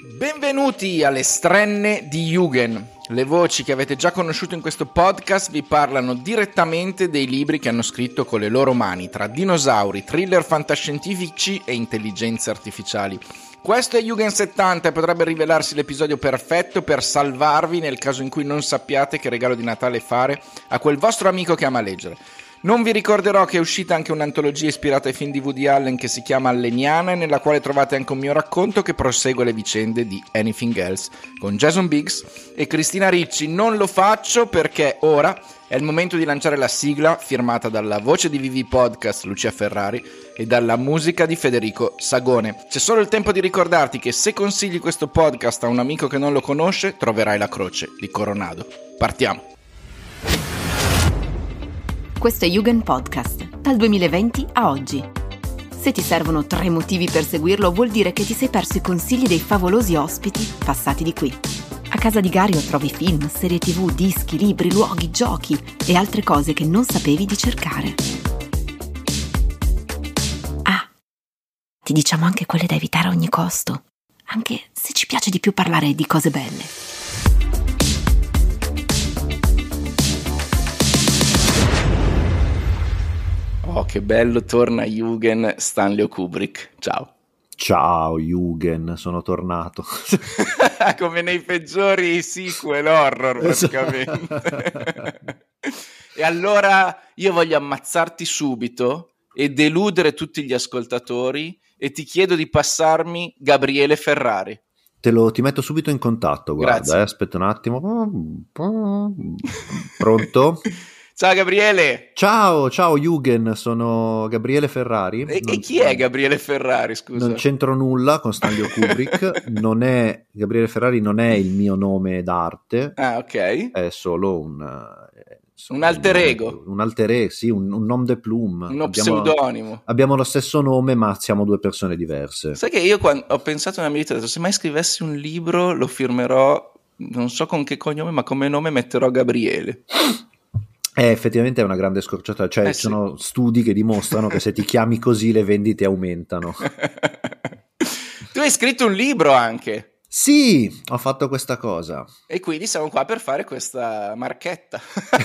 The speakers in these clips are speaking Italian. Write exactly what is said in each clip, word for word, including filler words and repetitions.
Benvenuti alle strenne di Jugend. Le voci che avete già conosciuto in questo podcast vi parlano direttamente dei libri che hanno scritto con le loro mani, tra dinosauri, thriller fantascientifici e intelligenze artificiali. Questo è Jugend settanta e potrebbe rivelarsi l'episodio perfetto per salvarvi nel caso in cui non sappiate che regalo di Natale fare a quel vostro amico che ama leggere. Non vi ricorderò che è uscita anche un'antologia ispirata ai film di Woody Allen che si chiama Alleniana e nella quale trovate anche un mio racconto che prosegue le vicende di Anything Else con Jason Biggs e Cristina Ricci. Non lo faccio perché ora è il momento di lanciare la sigla firmata dalla voce di V V Podcast Lucia Ferrari e dalla musica di Federico Sagone. C'è solo il tempo di ricordarti che se consigli questo podcast a un amico che non lo conosce troverai la croce di Coronado. Partiamo! Questo è Jugend Podcast, dal duemilaventi a oggi. Se ti servono tre motivi per seguirlo, vuol dire che ti sei perso i consigli dei favolosi ospiti passati di qui. A casa di Gario trovi film, serie tv, dischi, libri, luoghi, giochi e altre cose che non sapevi di cercare. Ah, ti diciamo anche quelle da evitare a ogni costo, anche se ci piace di più parlare di cose belle. Oh, che bello, torna Jugend Stanley Kubrick. Ciao. Ciao Jugend, sono tornato. Come nei peggiori sequel horror praticamente. E allora io voglio ammazzarti subito e deludere tutti gli ascoltatori e ti chiedo di passarmi Gabriele Ferrari. Te lo ti metto subito in contatto, guarda, eh, aspetta un attimo. Pronto? Ciao Gabriele. Ciao, ciao Jugend, sono Gabriele Ferrari. E, non, e chi è Gabriele Ferrari, scusa? Non c'entro nulla con Stanley Kubrick, non è, Gabriele Ferrari non è il mio nome d'arte. Ah, ok. È solo un... Eh, un alter ego. Un alter ego, sì, un, un nom de plume. Uno abbiamo, pseudonimo. Abbiamo lo stesso nome, ma siamo due persone diverse. Sai che io quando ho pensato nella mia vita, ho detto, se mai scrivessi un libro lo firmerò, non so con che cognome, ma come nome metterò Gabriele. Eh, effettivamente è una grande scorciatoia, cioè eh ci sono sì. studi che dimostrano che se ti chiami così le vendite aumentano. Tu hai scritto un libro anche. Sì, ho fatto questa cosa. E quindi siamo qua per fare questa marchetta.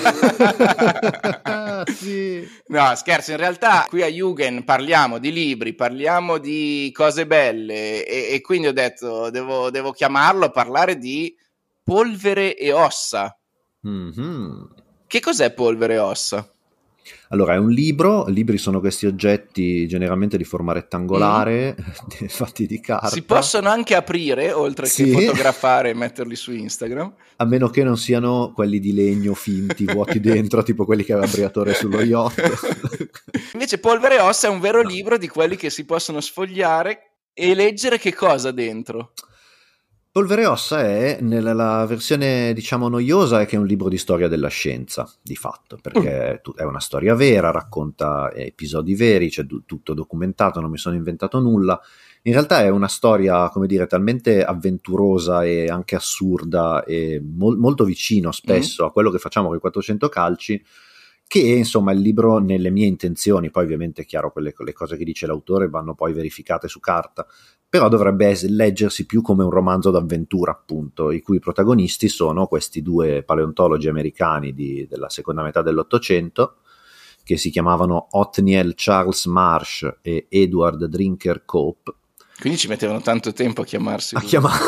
Sì. No, scherzo, in realtà qui a Jugend parliamo di libri, parliamo di cose belle e, e quindi ho detto devo, devo chiamarlo, parlare di Polvere e ossa. Mm-hmm. Che cos'è Polvere e ossa? Allora, è un libro, libri sono questi oggetti generalmente di forma rettangolare, mm. fatti di carta. Si possono anche aprire, oltre sì. che fotografare e metterli su Instagram. A meno che non siano quelli di legno finti, vuoti dentro, tipo quelli che aveva Briatore sullo yacht. Invece Polvere e ossa è un vero no. libro di quelli che si possono sfogliare e leggere che cosa dentro? Polvere e ossa è, nella versione diciamo noiosa, è che è un libro di storia della scienza, di fatto, perché è una storia vera, racconta episodi veri, c'è d- tutto documentato, non mi sono inventato nulla. In realtà è una storia, come dire, talmente avventurosa e anche assurda e mol- molto vicino spesso mm. a quello che facciamo con i quattrocento calci, che insomma il libro nelle mie intenzioni, poi ovviamente è chiaro quelle le cose che dice l'autore vanno poi verificate su carta, però dovrebbe leggersi più come un romanzo d'avventura, appunto, i cui protagonisti sono questi due paleontologi americani di, della seconda metà dell'Ottocento, che si chiamavano Othniel Charles Marsh e Edward Drinker Cope. Quindi ci mettevano tanto tempo a chiamarsi. A chiamare.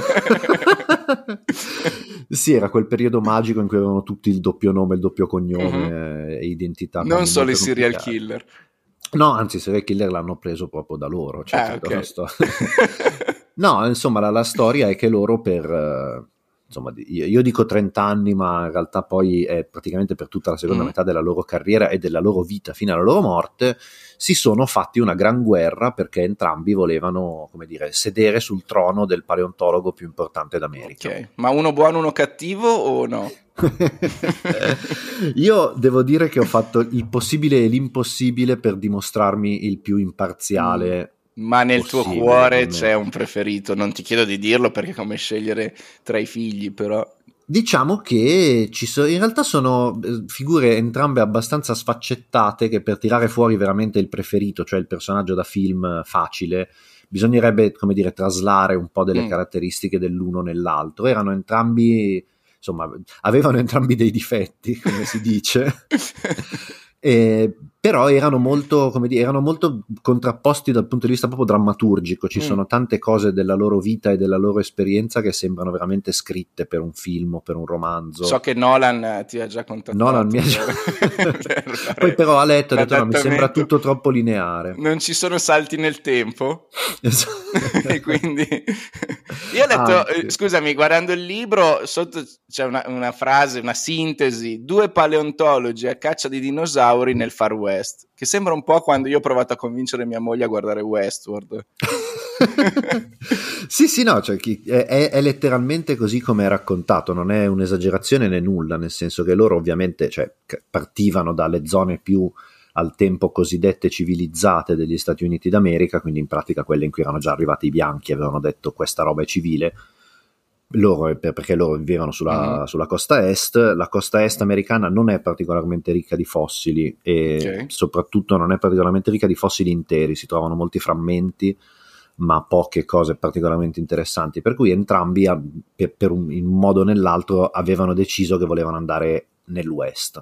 Sì, era quel periodo magico in cui avevano tutti il doppio nome, il doppio cognome uh-huh. e identità. Non solo i serial killer. No, anzi, i serial killer l'hanno preso proprio da loro. Cioè, ah, okay. sto... no, insomma, la, la storia è che loro per... Uh, insomma, io, io dico trenta anni, ma in realtà poi è praticamente per tutta la seconda mm. metà della loro carriera e della loro vita fino alla loro morte, si sono fatti una gran guerra perché entrambi volevano, come dire, sedere sul trono del paleontologo più importante d'America. Ok, ma uno buono, uno cattivo o no? Io devo dire che ho fatto il possibile e l'impossibile per dimostrarmi il più imparziale. Mm. Ma nel possibile, tuo cuore c'è un preferito, non ti chiedo di dirlo perché è come scegliere tra i figli, però... Diciamo che ci so, in realtà sono figure entrambe abbastanza sfaccettate che per tirare fuori veramente il preferito, cioè il personaggio da film facile, bisognerebbe, come dire, traslare un po' delle Mm. caratteristiche dell'uno nell'altro. Erano entrambi, insomma, avevano entrambi dei difetti, come si dice. Eh, però erano molto, come dire, erano molto contrapposti dal punto di vista proprio drammaturgico. Ci Mm. sono tante cose della loro vita e della loro esperienza che sembrano veramente scritte per un film o per un romanzo. So che Nolan eh, ti ha già contattato. Nolan mi ha già... per- per fare Poi però ha letto e ha detto no, mi sembra l'adattamento. tutto troppo lineare. Non ci sono salti nel tempo. E quindi io ho letto, Anche. eh, scusami, guardando il libro, sotto c'è una, una frase, una sintesi: due paleontologi a caccia di dinosauri nel Far West, che sembra un po' quando io ho provato a convincere mia moglie a guardare Westworld. Sì, sì, no, cioè, chi- è, è- è letteralmente così come è raccontato, non è un'esagerazione né nulla, nel senso che loro ovviamente, cioè, c- partivano dalle zone più al tempo cosiddette civilizzate degli Stati Uniti d'America, quindi in pratica quelle in cui erano già arrivati i bianchi, avevano detto questa roba è civile, loro, per- perché loro vivevano sulla, Mhm. sulla costa est. La costa est americana non è particolarmente ricca di fossili e Ok. soprattutto non è particolarmente ricca di fossili interi, si trovano molti frammenti ma poche cose particolarmente interessanti, per cui entrambi a- per, per un, in un modo o nell'altro avevano deciso che volevano andare nell'West,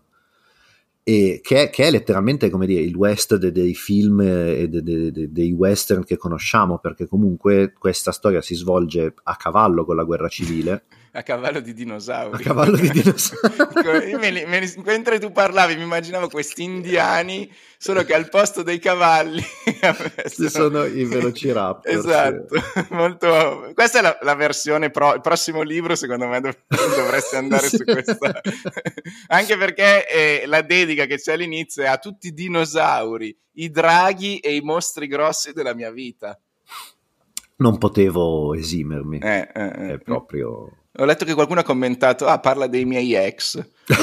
e che è, che è letteralmente, come dire, il West de- dei film e de- de- de- dei western che conosciamo, perché comunque questa storia si svolge a cavallo con la guerra civile, A cavallo di dinosauri. a cavallo di dinosauri. Io me li- me li- mentre tu parlavi mi immaginavo questi indiani, solo che al posto dei cavalli Ci sono i velociraptor. Esatto, molto... questa è la, la versione pro... il prossimo libro secondo me dov- dovresti andare Sì. su questa, anche perché eh, la dedica che c'è all'inizio è a tutti i dinosauri, i draghi e i mostri grossi della mia vita. Non potevo esimermi, Eh, eh, eh. è proprio... Ho letto che qualcuno ha commentato, ah, parla dei miei ex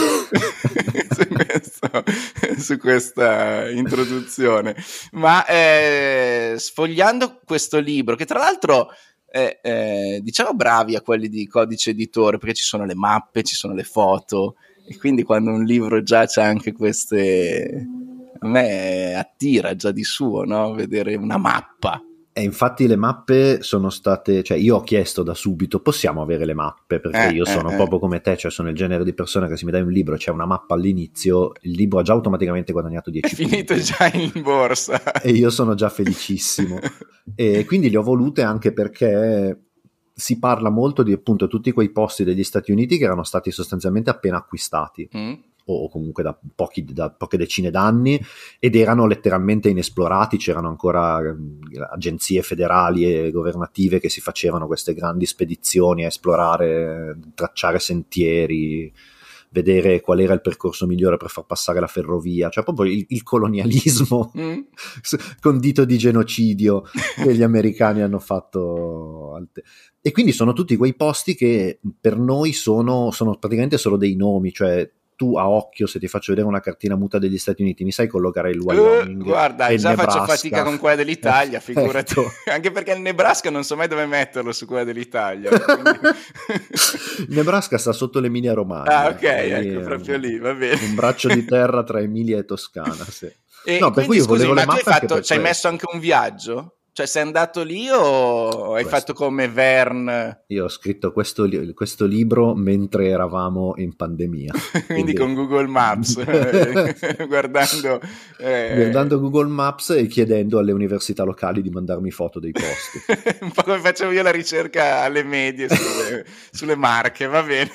su, questo, su questa introduzione. Ma eh, sfogliando questo libro, che tra l'altro eh, eh, diciamo bravi a quelli di Codice Editore, perché ci sono le mappe, ci sono le foto, e quindi quando un libro già c'ha anche queste... a me attira già di suo, no? Vedere una mappa. E infatti le mappe sono state, cioè io ho chiesto da subito, possiamo avere le mappe, perché Eh, io eh, sono eh. proprio come te, cioè sono il genere di persona che se mi dai un libro e c'è una mappa all'inizio, il libro ha già automaticamente guadagnato È dieci finito punti. già in borsa. E io sono già felicissimo. E quindi le ho volute anche perché si parla molto di appunto tutti quei posti degli Stati Uniti che erano stati sostanzialmente appena acquistati, Mm. o comunque da, pochi, da poche decine d'anni, ed erano letteralmente inesplorati. C'erano ancora eh, agenzie federali e governative che si facevano queste grandi spedizioni a esplorare, tracciare sentieri, vedere qual era il percorso migliore per far passare la ferrovia, cioè proprio il, il colonialismo Mm. condito di genocidio che gli americani hanno fatto al te- e quindi sono tutti quei posti che per noi sono, sono praticamente solo dei nomi, cioè tu a occhio, se ti faccio vedere una cartina muta degli Stati Uniti, mi sai collocare il Wyoming? Uh, guarda, e il già Nebraska? faccio fatica con quella dell'Italia, figurati. Ecco. Anche perché il Nebraska non so mai dove metterlo su quella dell'Italia. Quindi... Il Nebraska sta sotto l'Emilia Romagna. Ah, ok, Quindi ecco, è proprio un, lì, va bene. un braccio di terra tra Emilia e Toscana, sì. E No, per quindi, cui io scusami, volevo ma le tu hai mappe anche fatto, per ci hai questo. messo anche un viaggio? Cioè sei andato lì o hai Questo. fatto come Verne? Io ho scritto questo, li- questo libro mentre eravamo in pandemia. Quindi, Quindi- con Google Maps, eh, guardando... eh, guardando Google Maps e chiedendo alle università locali di mandarmi foto dei posti. un po' come facevo io la ricerca alle medie sulle, sulle Marche, va bene.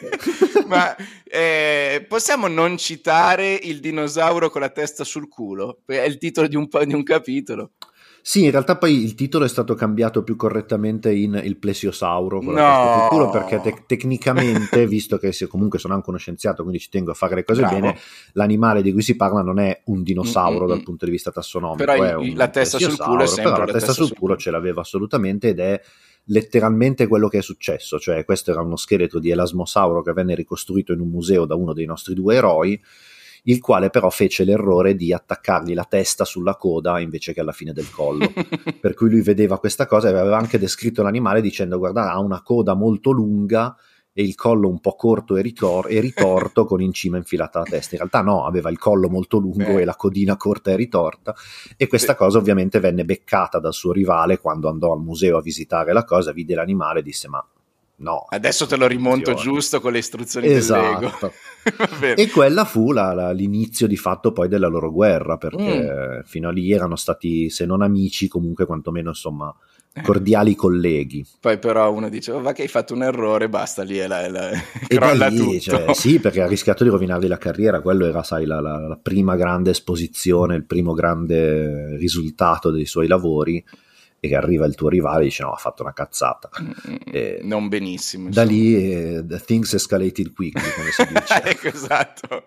Ma eh, possiamo non citare il dinosauro con la testa sul culo? È il titolo di un, di un capitolo. Sì, in realtà poi il titolo è stato cambiato più correttamente in il plesiosauro con la No. testa sul culo, perché te- tecnicamente, visto che se- comunque sono anche uno scienziato, quindi ci tengo a fare le cose Bravo. bene, l'animale di cui si parla non è un dinosauro Mm-mm. dal punto di vista tassonomico, Però è il- un la testa sul culo è plesiosauro, sempre però la la testa testa sul sul culo culo. ce l'aveva assolutamente, ed è letteralmente quello che è successo, cioè questo era uno scheletro di elasmosauro che venne ricostruito in un museo da uno dei nostri due eroi, il quale però fece l'errore di attaccargli la testa sulla coda invece che alla fine del collo, per cui lui vedeva questa cosa e aveva anche descritto l'animale dicendo guarda, ha una coda molto lunga e il collo un po' corto e, ritor- e ritorto con in cima infilata la testa. In realtà no, aveva il collo molto lungo eh. e la codina corta e ritorta, e questa cosa ovviamente venne beccata dal suo rivale quando andò al museo a visitare la cosa, vide l'animale e disse ma no, adesso te lo rimonto funziona. Giusto con le istruzioni Esatto. dell'ego. E quella fu la, la, l'inizio di fatto poi della loro guerra, perché mm. fino a lì erano stati, se non amici, comunque quantomeno insomma cordiali colleghi. Poi però uno dice oh, va che hai fatto un errore, basta, lì è la, è la... e crolla da lì, tutto. Cioè, sì, perché ha rischiato di rovinargli la carriera. Quello era, sai, la, la, la prima grande esposizione, il primo grande risultato dei suoi lavori, e che arriva il tuo rivale e dice no, ha fatto una cazzata. E non benissimo, da lì eh, the things escalated quickly, come si dice. Ecco, esatto.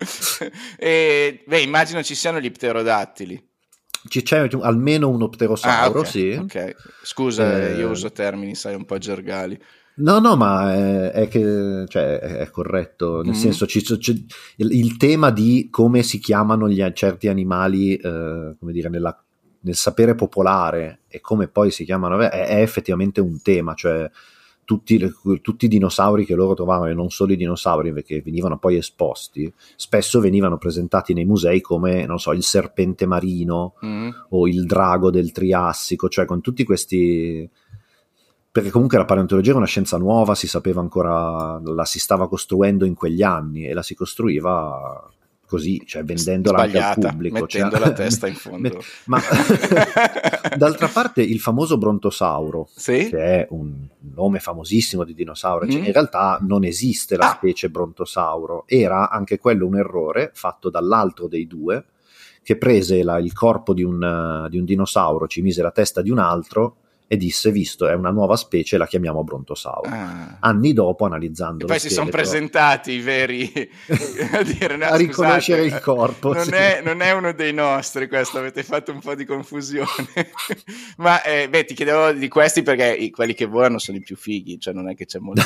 E, beh, immagino ci siano gli pterodattili. C'è almeno un pterosauro, ah, okay, sì. Okay. Scusa, eh, io uso termini, sai, un po' gergali. No, no, ma è, è che cioè, è corretto, nel mm-hmm. senso ci, c'è il, il tema di come si chiamano gli, certi animali, eh, come dire, nella, nel sapere popolare, e come poi si chiamano, è, è effettivamente un tema, cioè tutti, tutti i dinosauri che loro trovavano, e non solo i dinosauri perché venivano poi esposti, spesso venivano presentati nei musei come, non so, il serpente marino mm. o il drago del Triassico, cioè con tutti questi, perché comunque la paleontologia era una scienza nuova, si sapeva ancora, la si stava costruendo in quegli anni e la si costruiva così, cioè vendendola anche al pubblico, mettendo cioè, la testa in fondo. Ma d'altra parte il famoso brontosauro, sì? che è un nome famosissimo di dinosauro, mm. cioè, in realtà non esiste la ah. specie brontosauro, era anche quello un errore fatto dall'altro dei due, che prese la, il corpo di un, di un dinosauro, ci mise la testa di un altro e disse, visto è una nuova specie, la chiamiamo brontosauro. Ah. Anni dopo, analizzando e poi si sono presentati i veri a, dire, no, a riconoscere scusate, il corpo, non, sì. è, non è uno dei nostri questo, avete fatto un po' di confusione. Ma eh, beh, ti chiedevo di questi perché i, quelli che volano sono i più fighi, cioè non è che c'è molto.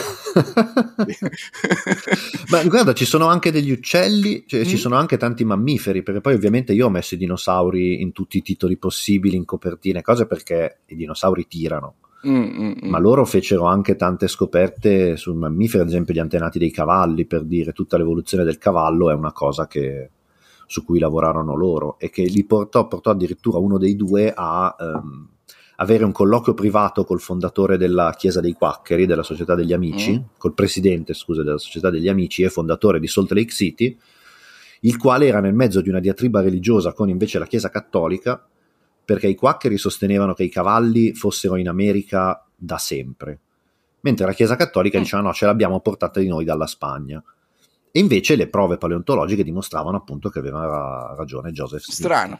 Ma guarda, ci sono anche degli uccelli, cioè, mm. ci sono anche tanti mammiferi, perché poi ovviamente io ho messo i dinosauri in tutti i titoli possibili, in copertine, cose, perché i dinosauri tirano. Mm, mm, ma loro fecero anche tante scoperte sui mammiferi, ad esempio gli antenati dei cavalli, per dire, tutta l'evoluzione del cavallo è una cosa che, su cui lavorarono loro, e che li portò, portò addirittura uno dei due a um, avere un colloquio privato col fondatore della Chiesa dei Quaccheri, della Società degli Amici, mm. col presidente, scusa, della Società degli Amici e fondatore di Salt Lake City, il quale era nel mezzo di una diatriba religiosa con invece la Chiesa Cattolica, perché i quaccheri sostenevano che i cavalli fossero in America da sempre, mentre la Chiesa Cattolica mm. diceva no, ce l'abbiamo portata di noi dalla Spagna. E invece le prove paleontologiche dimostravano appunto che aveva ragione Joseph Smith. Strano.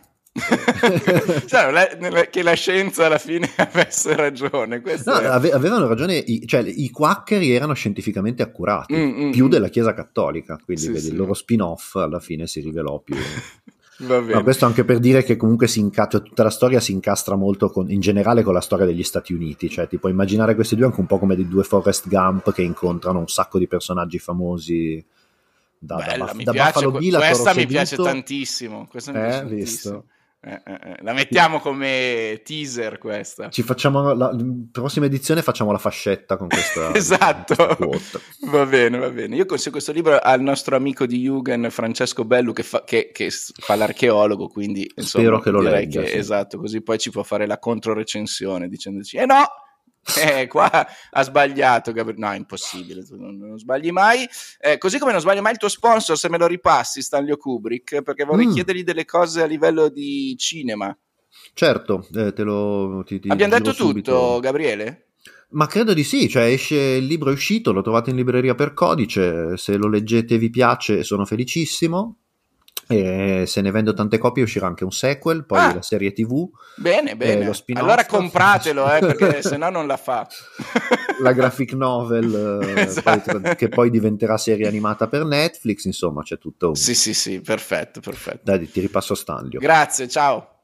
Cioè, la, che la scienza alla fine avesse ragione. No, è... ave, avevano ragione, i, cioè i quaccheri erano scientificamente accurati, mm, più mm, della Chiesa Cattolica, quindi sì, vedi, sì. il loro spin-off alla fine si rivelò più... Va bene. No, questo anche per dire che comunque si incastra, tutta la storia si incastra molto con, in generale con la storia degli Stati Uniti, cioè ti puoi immaginare questi due anche un po' come dei due Forrest Gump che incontrano un sacco di personaggi famosi da, Bella, da, mi da piace, Buffalo Bill a questa Toro mi Seduto. piace tantissimo, questa mi eh, piace visto. tantissimo. Eh, eh, eh. La mettiamo come teaser questa. Ci facciamo la, la prossima edizione facciamo la fascetta con questa. Esatto. Questa va bene, va bene. Io consiglio questo libro al nostro amico di Jugend Francesco Bellu che fa, che, che fa l'archeologo, quindi insomma, spero che lo legga. Che, sì. Esatto, così poi ci può fare la controrecensione dicendoci eh no, Eh, qua ha sbagliato Gabriele. No, è impossibile, tu non, non sbagli mai, eh, così come non sbaglio mai il tuo sponsor, se me lo ripassi, Stanley Kubrick, perché vorrei mm. chiedergli delle cose a livello di cinema. Certo, eh, te lo ti, ti abbiamo detto subito. Tutto, Gabriele? Ma credo di sì, cioè esce il libro, è uscito, lo trovate in libreria per codice, se lo leggete e vi piace sono felicissimo. E se ne vendo tante copie uscirà anche un sequel, poi ah, la serie tivù. Bene, bene. Lo allora compratelo, eh, perché se no non la fa. La graphic novel esatto. poi, che poi diventerà serie animata per Netflix, insomma c'è tutto. Un... Sì, sì, sì, perfetto, perfetto. Dai, ti ripasso Stanlio. Grazie, ciao.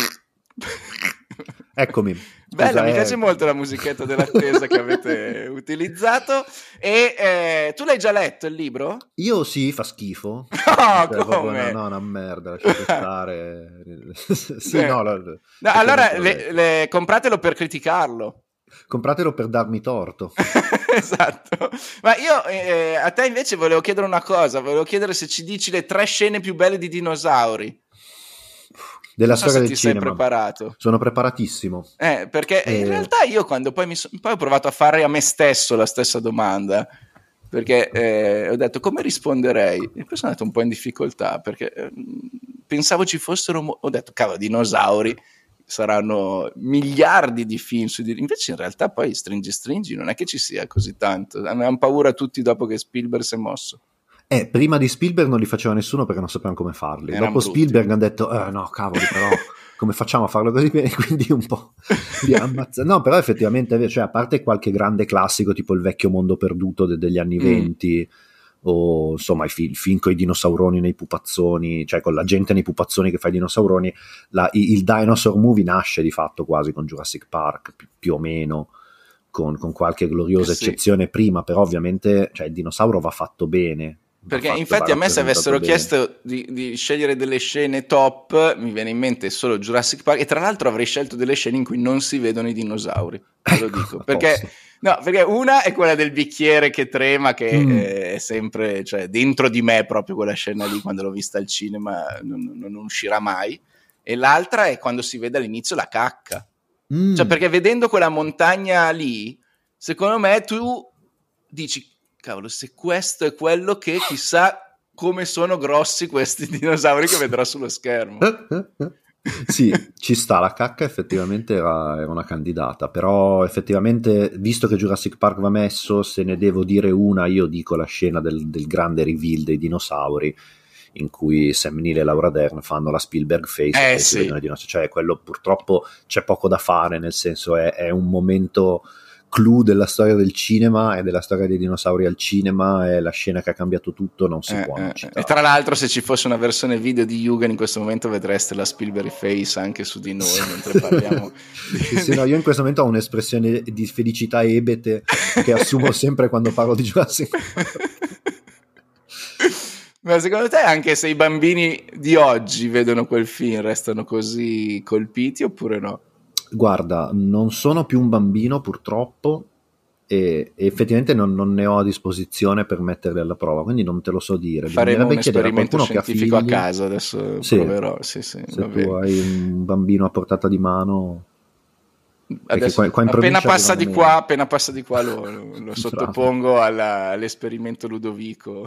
Eccomi. Bella, Scusa, mi è... piace molto la musichetta dell'attesa che avete utilizzato. E eh, tu l'hai già letto il libro? Io sì, fa schifo. No, cioè, come? Una, no, una merda, lasciate stare. Sì, no, la, no allora le, le, compratelo per criticarlo. Compratelo per darmi torto. Esatto. Ma io eh, a te invece volevo chiedere una cosa, volevo chiedere se ci dici le tre scene più belle di dinosauri. Della Non so storia se del ti cinema. sei preparato. Sono preparatissimo. Eh, perché Eh. in realtà io quando poi mi so- poi ho provato a fare a me stesso la stessa domanda, perché eh, ho detto come risponderei, e poi sono andato un po' in difficoltà perché eh, pensavo ci fossero mo- ho detto cavolo, dinosauri saranno miliardi di film su di... invece in realtà poi stringi stringi non è che ci sia così tanto, avevano paura tutti dopo che Spielberg si è mosso. Eh, prima di Spielberg non li faceva nessuno perché non sapevano come farli. Erano Dopo brutti. Spielberg hanno detto eh, no cavoli, però come facciamo a farlo così bene? Quindi un po' li ammazza. No, però effettivamente è vero, cioè, a parte qualche grande classico tipo Il vecchio mondo perduto de- degli anni Mm. venti, o insomma i film, film con i dinosauroni nei pupazzoni, cioè con la gente nei pupazzoni che fa i dinosauroni, la, il, il dinosaur movie nasce di fatto quasi con Jurassic Park, più, più o meno, con, con qualche gloriosa Eh sì. eccezione prima, però ovviamente cioè, il dinosauro va fatto bene. Va Perché fatto, infatti va a me se avessero rappresentato bene. chiesto di, di scegliere delle scene top mi viene in mente solo Jurassic Park, e tra l'altro avrei scelto delle scene in cui non si vedono i dinosauri, te lo Ecco, dico, a perché, posto. no, perché una è quella del bicchiere che trema, che Mm. eh, è sempre, cioè dentro di me proprio quella scena lì, quando l'ho vista al cinema non, non- non uscirà mai, e l'altra è quando si vede all'inizio la cacca, Mm. cioè perché vedendo quella montagna lì, secondo me tu dici cavolo, se questo è quello che chissà come sono grossi questi dinosauri che vedrò sullo schermo. Sì, ci sta, la cacca effettivamente era, era una candidata, però effettivamente, visto che Jurassic Park va messo, se ne devo dire una, io dico la scena del, del grande reveal dei dinosauri, in cui Sam Neill e Laura Dern fanno la Spielberg face Eh, e si sì. vedono i dinosauri, cioè quello purtroppo c'è poco da fare, nel senso è, è un momento clou della storia del cinema e della storia dei dinosauri al cinema, è la scena che ha cambiato tutto, non si Eh, può eh, non eh. citare. E tra l'altro se ci fosse una versione video di Yugen in questo momento vedreste la Spielberg face anche su di noi mentre parliamo di, Sì, sì, no, io in questo momento ho un'espressione di felicità ebete che assumo sempre quando parlo di Jurassic Park. Ma secondo te anche se i bambini di oggi vedono quel film restano così colpiti oppure no? Guarda, non sono più un bambino purtroppo e, e effettivamente non, non ne ho a disposizione per metterli alla prova, quindi non te lo so dire. Faremo un Bisognerebbe chiedere a esperimento qualcuno che ha scientifico a figli. caso, adesso Sì, proverò, sì, sì, se va tu bene. hai un bambino a portata di mano, perché Adesso, qua, qua in appena provincia passa di arrivano qua, meno. appena passa di qua lo, lo- lo Bravo. sottopongo alla- all'esperimento Ludovico.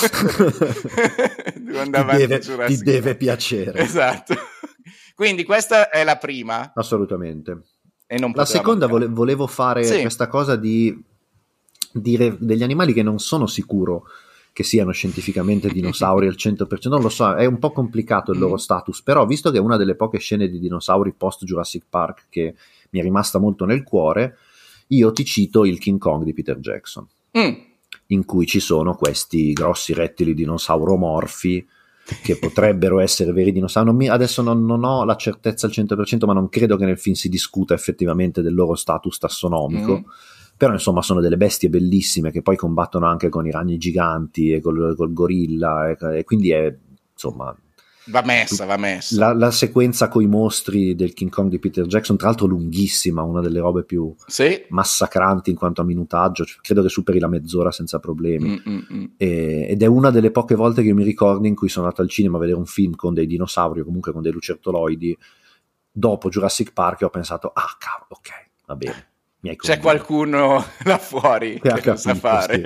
Devo andare Ti avanti deve, in Jurassic ti deve Park. piacere. Esatto. Quindi questa è la prima Assolutamente. e non La poteva seconda mancare. vole- volevo fare Sì. questa cosa di dire degli animali che non sono sicuro che siano scientificamente dinosauri al cento per cento, non lo so, è un po' complicato il loro Mm. status, però visto che è una delle poche scene di dinosauri post Jurassic Park che mi è rimasta molto nel cuore, io ti cito il King Kong di Peter Jackson, Mm. in cui ci sono questi grossi rettili dinosauromorfi che potrebbero essere veri dinosauri. Non mi- adesso non, non ho la certezza al cento per cento, ma non credo che nel film si discuta effettivamente del loro status tassonomico. Mm. Però insomma sono delle bestie bellissime che poi combattono anche con i ragni giganti e col, col gorilla e, e quindi è insomma Va messa, va messa. la, la sequenza coi mostri del King Kong di Peter Jackson, tra l'altro lunghissima, una delle robe più Sì. massacranti in quanto a minutaggio, cioè, credo che superi la mezz'ora senza problemi. Mm, mm, mm. E- ed è una delle poche volte che io mi ricordo in cui sono andato al cinema a vedere un film con dei dinosauri o comunque con dei lucertoloidi dopo Jurassic Park e ho pensato ah cavolo, ok, va bene, mi hai C'è convinto. qualcuno là fuori Che ha che lo sa capito, fare.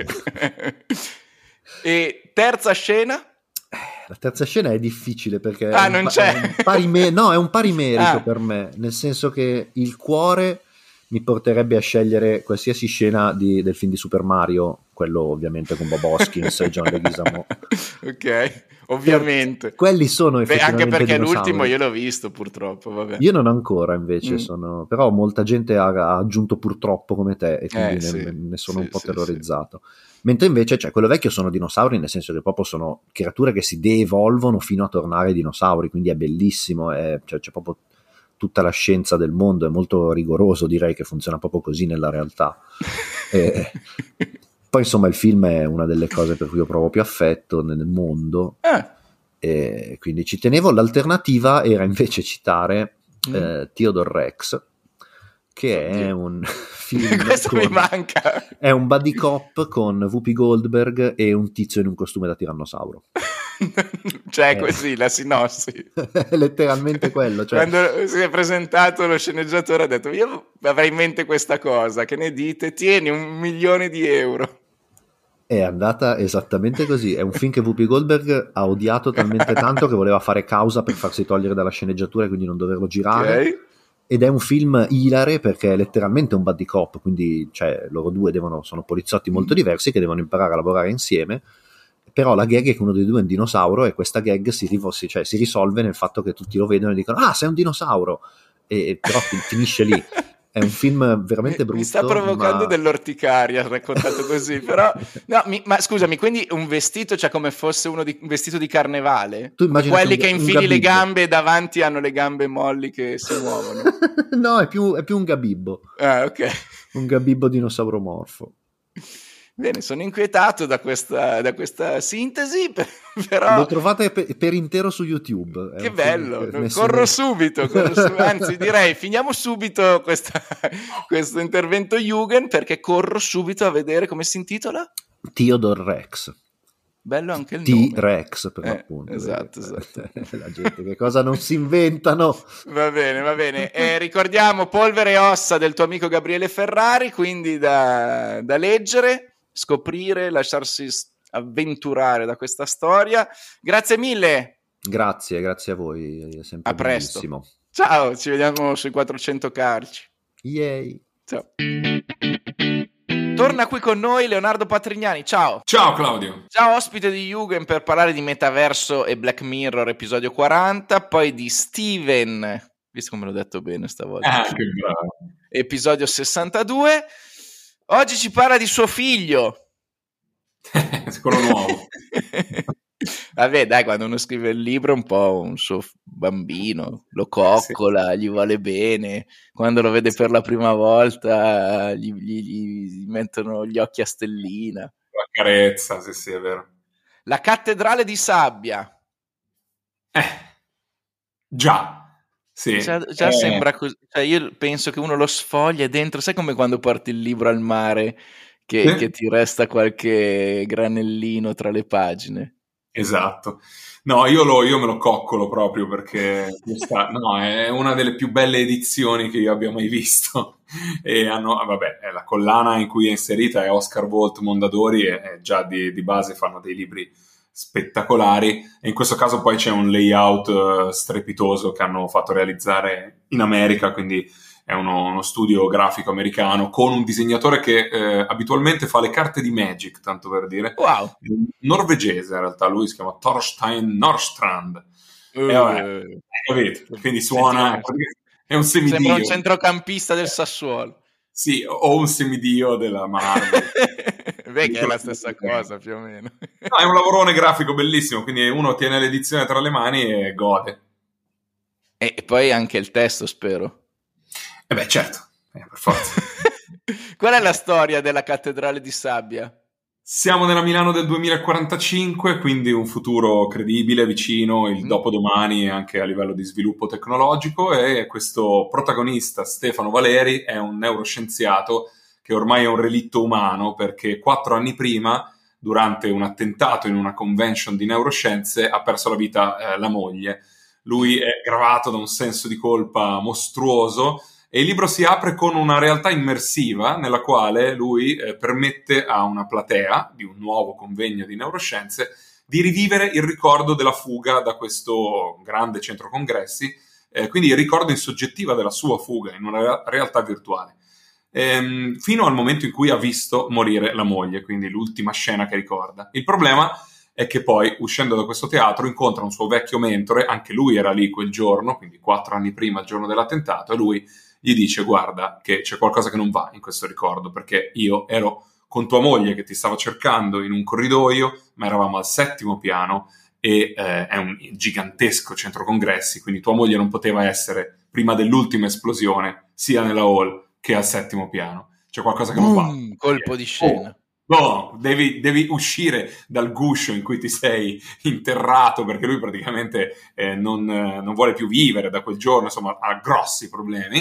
E terza scena? La terza scena è difficile perché Ah, è un non pa- c'è. è un pari me- no, è un pari merito Ah. per me, nel senso che il cuore mi porterebbe a scegliere qualsiasi scena di- del film di Super Mario, quello ovviamente con Bob Hoskins e John Leguizamo. Ok, ovviamente. Quelli sono Beh, effettivamente anche perché dinosauri. l'ultimo io l'ho visto purtroppo, vabbè. Io non ancora invece, Mm. sono... però molta gente ha, ha aggiunto purtroppo come te e quindi Eh, ne, sì. ne sono Sì, un po' sì, terrorizzato. Mentre invece, cioè, quello vecchio sono dinosauri, nel senso che proprio sono creature che si de-evolvono fino a tornare ai dinosauri, quindi è bellissimo, è- cioè, c'è proprio tutta la scienza del mondo, è molto rigoroso, direi che funziona proprio così nella realtà. E poi insomma il film è una delle cose per cui io provo più affetto nel mondo, Ah, e quindi ci tenevo. L'alternativa era invece citare Mm. eh, Theodore Rex, che Oddio. è un film questo con, mi manca, è un buddy cop con Whoopi Goldberg e un tizio in un costume da tirannosauro. cioè Eh. così la sinossi. È letteralmente quello, cioè. Quando si è presentato lo sceneggiatore ha detto io avrei in mente questa cosa, che ne dite? Tieni un milione di euro. È andata esattamente così. È un film che Whoopi Goldberg ha odiato talmente tanto che voleva fare causa per farsi togliere dalla sceneggiatura e quindi non doverlo girare. Okay. Ed è un film ilare perché è letteralmente un buddy cop, quindi cioè, loro due devono, sono poliziotti molto diversi che devono imparare a lavorare insieme, però la gag è che uno dei due è un dinosauro e questa gag si, rivos- cioè, si risolve nel fatto che tutti lo vedono e dicono ah sei un dinosauro, e però fin- finisce lì. È un film veramente brutto. Mi sta provocando ma... dell'orticaria raccontato così, però no, mi, ma scusami, quindi un vestito, cioè come fosse uno di, un vestito di carnevale? Tu immagina quelli che, che un, infili un le gambe e davanti hanno le gambe molli che si muovono. No, è più, è più un gabibbo. Ah, ok. Un gabibbo dinosauromorfo. Bene, sono inquietato da questa, da questa sintesi, però... Lo trovate per, per intero su YouTube. È Che un bello, film che nessuno... corro subito, corro subito, anzi direi finiamo subito questa, questo intervento Jugend perché corro subito a vedere come si intitola? Theodore Rex. Bello anche il nome. T-Rex per eh, l'appunto. Esatto, esatto. La gente che cosa non si inventano. Va bene, va bene. Eh, ricordiamo Polvere e ossa del tuo amico Gabriele Ferrari, quindi da, da leggere, scoprire, lasciarsi avventurare da questa storia. Grazie mille. Grazie, grazie a voi. È sempre a presto. bellissimo. Ciao, ci vediamo sui quattrocento calci. Yay. Ciao. Torna qui con noi Leonardo Patrignani, ciao. Ciao Claudio. Ciao, ospite di Jugend per parlare di Metaverso e Black Mirror episodio quaranta, poi di Steven, visto come l'ho detto bene stavolta, Ah, che bravo. episodio sessantadue. Oggi ci parla di suo figlio. Quello nuovo. Vabbè, dai, quando uno scrive il libro è un po' un suo bambino, lo coccola, sì. Gli vuole bene, quando lo vede sì. per la prima volta gli, gli, gli mettono gli occhi a stellina. La carezza, sì sì, è vero. La cattedrale di sabbia. Eh, già, sì. Già, già eh. sembra così, cioè io penso che uno lo sfoglia e dentro, sai come quando porti il libro al mare che, sì. che ti resta qualche granellino tra le pagine. Esatto, no, io, lo, io me lo coccolo proprio perché questa, no, è una delle più belle edizioni che io abbia mai visto. E hanno, vabbè, la collana in cui è inserita è Oscar Wilde Mondadori e, e già di, di base fanno dei libri spettacolari. E in questo caso poi c'è un layout uh, strepitoso che hanno fatto realizzare in America, quindi è uno, uno studio grafico americano con un disegnatore che eh, abitualmente fa le carte di Magic, tanto per dire. Wow. Norvegese in realtà, lui si chiama Torstein Norstrand. Uh, e vabbè, capito? Quindi suona, è un semidio. Sembra un centrocampista del Sassuolo. Sì, o un semidio della Marvel. Beh, che è la stessa cosa più o meno. No, è un lavorone grafico bellissimo, quindi uno tiene l'edizione tra le mani e gode. E, e poi anche il testo, spero. Eh beh, certo, eh, per forza. Qual è la storia della cattedrale di sabbia? Siamo nella Milano del duemilaquarantacinque, quindi un futuro credibile, vicino, il mm. dopodomani anche a livello di sviluppo tecnologico, e questo protagonista, Stefano Valeri, è un neuroscienziato che ormai è un relitto umano perché quattro anni prima, durante un attentato in una convention di neuroscienze, ha perso la vita eh, la moglie. Lui è gravato da un senso di colpa mostruoso e il libro si apre con una realtà immersiva nella quale lui eh, permette a una platea di un nuovo convegno di neuroscienze di rivivere il ricordo della fuga da questo grande centro congressi, eh, quindi il ricordo in soggettiva della sua fuga in una re- realtà virtuale, ehm, fino al momento in cui ha visto morire la moglie, quindi l'ultima scena che ricorda. Il problema è che poi, uscendo da questo teatro, incontra un suo vecchio mentore, anche lui era lì quel giorno, quindi quattro anni prima, il giorno dell'attentato, e lui gli dice: guarda che c'è qualcosa che non va in questo ricordo, perché io ero con tua moglie che ti stava cercando in un corridoio, ma eravamo al settimo piano e eh, è un gigantesco centro congressi, quindi tua moglie non poteva essere prima dell'ultima esplosione sia nella hall che al settimo piano. C'è qualcosa che non va. Mm, colpo di scena. Oh. No, devi, devi uscire dal guscio in cui ti sei interrato, perché lui praticamente eh, non, eh, non vuole più vivere da quel giorno, insomma ha grossi problemi,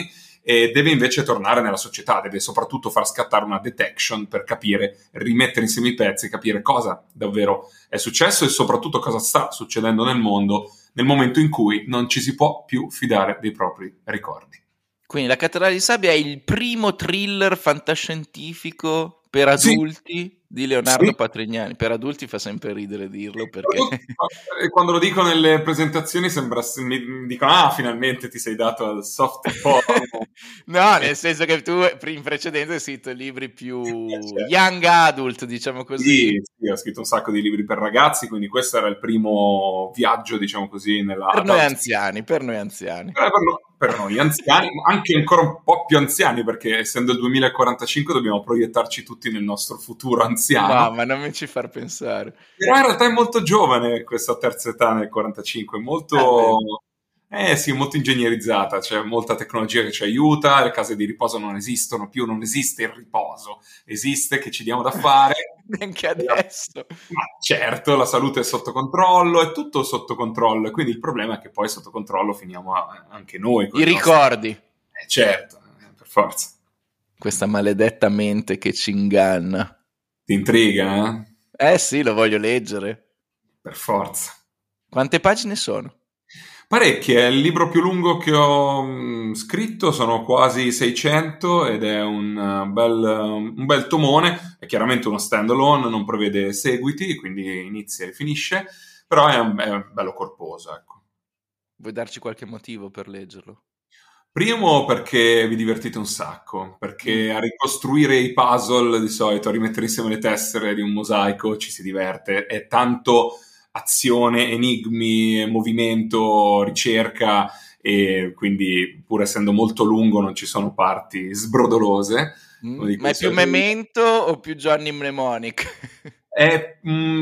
e deve invece tornare nella società, deve soprattutto far scattare una detection per capire, rimettere insieme i pezzi, capire cosa davvero è successo e soprattutto cosa sta succedendo nel mondo nel momento in cui non ci si può più fidare dei propri ricordi. Quindi La Cattedrale di Sabbia è il primo thriller fantascientifico per adulti sì. di Leonardo sì. Patrignani. Per adulti fa sempre ridere dirlo, perché quando lo dico nelle presentazioni sembra mi dicono ah finalmente ti sei dato al soft porn. No, nel senso che tu in precedenza hai scritto libri più certo. young adult, diciamo così. Sì, sì, ho scritto un sacco di libri per ragazzi, quindi questo era il primo viaggio, diciamo così, nella per noi anziani, per noi anziani. Per, per, no, per noi anziani, anche ancora un po' più anziani, perché essendo il duemilaquarantacinque dobbiamo proiettarci tutti nel nostro futuro anziano. No, ma non mi ci far pensare. Però in realtà è molto giovane questa terza età nel quarantacinque, molto... Eh, eh sì, molto ingegnerizzata, c'è molta tecnologia che ci aiuta, le case di riposo non esistono più, non esiste il riposo, esiste che ci diamo da fare. Neanche adesso. Ma certo, la salute è sotto controllo, è tutto sotto controllo, e quindi il problema è che poi sotto controllo finiamo a, anche noi. I ricordi. Nostri... Eh, certo, per forza. Questa maledetta mente che ci inganna. Ti intriga, eh? Eh sì, lo voglio leggere. Per forza. Quante pagine sono? Parecchie, è il libro più lungo che ho mh, scritto, sono quasi seicento ed è un, uh, bel, un bel tomone, è chiaramente uno stand-alone, non prevede seguiti, quindi inizia e finisce, però è, un, è bello corposo, ecco. Vuoi darci qualche motivo per leggerlo? Primo perché vi divertite un sacco, perché a ricostruire i puzzle di solito, a rimettere insieme le tessere di un mosaico ci si diverte, è tanto... azione, enigmi, movimento, ricerca, e quindi pur essendo molto lungo non ci sono parti sbrodolose. Mm, ma è più Memento o più Johnny Mnemonic? È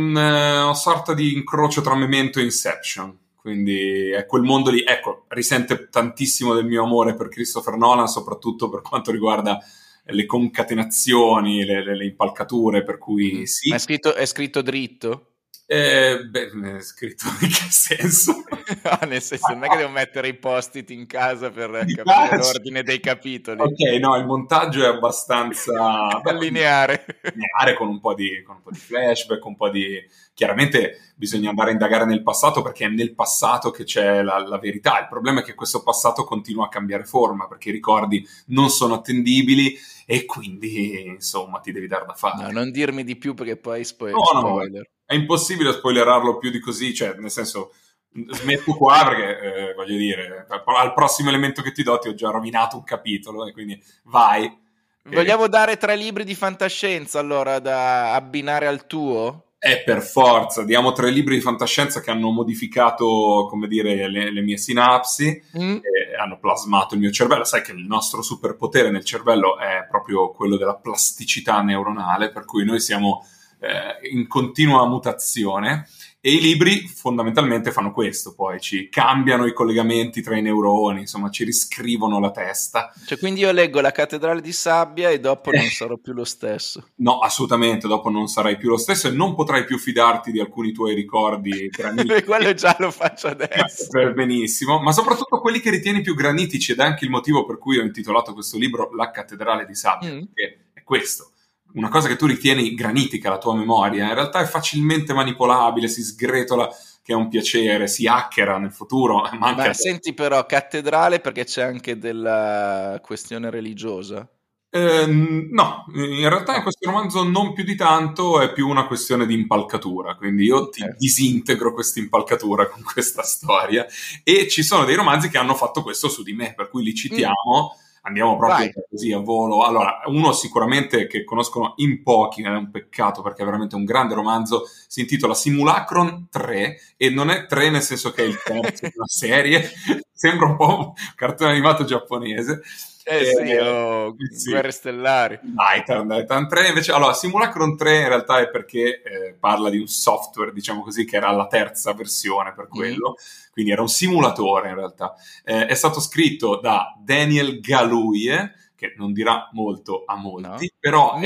una sorta di incrocio tra Memento e Inception, quindi è quel mondo lì, ecco, risente tantissimo del mio amore per Christopher Nolan, soprattutto per quanto riguarda le concatenazioni, le, le, le impalcature, per cui mm. sì. Ma è scritto, è scritto dritto? Eh, beh, è scritto in che senso? No, nel senso, non è che devo mettere i post-it in casa per capire ah, l'ordine dei capitoli. Ok, no, il montaggio è abbastanza lineare. lineare con un po' di, con un po' di flashback, un po' di... Chiaramente bisogna andare a indagare nel passato, perché è nel passato che c'è la, la verità. Il problema è che questo passato continua a cambiare forma, perché i ricordi non sono attendibili e quindi, insomma, ti devi dar da fare. No, non dirmi di più perché poi spo- no, spoiler. No, è impossibile spoilerarlo più di così, cioè, nel senso, smetto qua perché, eh, voglio dire, al prossimo elemento che ti do ti ho già rovinato un capitolo, e quindi vai. Vogliamo e... dare tre libri di fantascienza, allora, da abbinare al tuo? Eh, per forza, diamo tre libri di fantascienza che hanno modificato, come dire, le, le mie sinapsi, mm. e hanno plasmato il mio cervello. Sai che il nostro superpotere nel cervello è proprio quello della plasticità neuronale, per cui noi siamo eh, in continua mutazione, e i libri fondamentalmente fanno questo, poi ci cambiano i collegamenti tra i neuroni, insomma ci riscrivono la testa. Cioè, quindi io leggo La Cattedrale di Sabbia e dopo non sarò più lo stesso. No, assolutamente, dopo non sarai più lo stesso e non potrai più fidarti di alcuni tuoi ricordi granitici. Quello già lo faccio adesso. Benissimo, ma soprattutto quelli che ritieni più granitici, ed è anche il motivo per cui ho intitolato questo libro La Cattedrale di Sabbia, mm. perché è questo. Una cosa che tu ritieni granitica, la tua memoria, in realtà è facilmente manipolabile, si sgretola, che è un piacere, si hackera nel futuro. Ma, anche ma senti però, cattedrale perché c'è anche della questione religiosa? Eh, no, in realtà in questo romanzo non più di tanto, è più una questione di impalcatura, quindi io okay. ti disintegro questa impalcatura con questa storia, e ci sono dei romanzi che hanno fatto questo su di me, per cui li citiamo. Mm. Andiamo proprio Vai. così a volo. Allora, uno sicuramente che conoscono in pochi, è un peccato perché è veramente un grande romanzo, si intitola Simulacron tre, e non è tre nel senso che è il terzo di una serie, sembra un po' un cartone animato giapponese. Eh, eh sì, oh, sì. Guerre Stellari. Titan, Titan tre, invece, allora, Simulacron tre in realtà è perché eh, parla di un software, diciamo così, che era la terza versione per quello, mm. quindi era un simulatore in realtà. Eh, è stato scritto da Daniel Galouye, che non dirà molto a molti, no. però...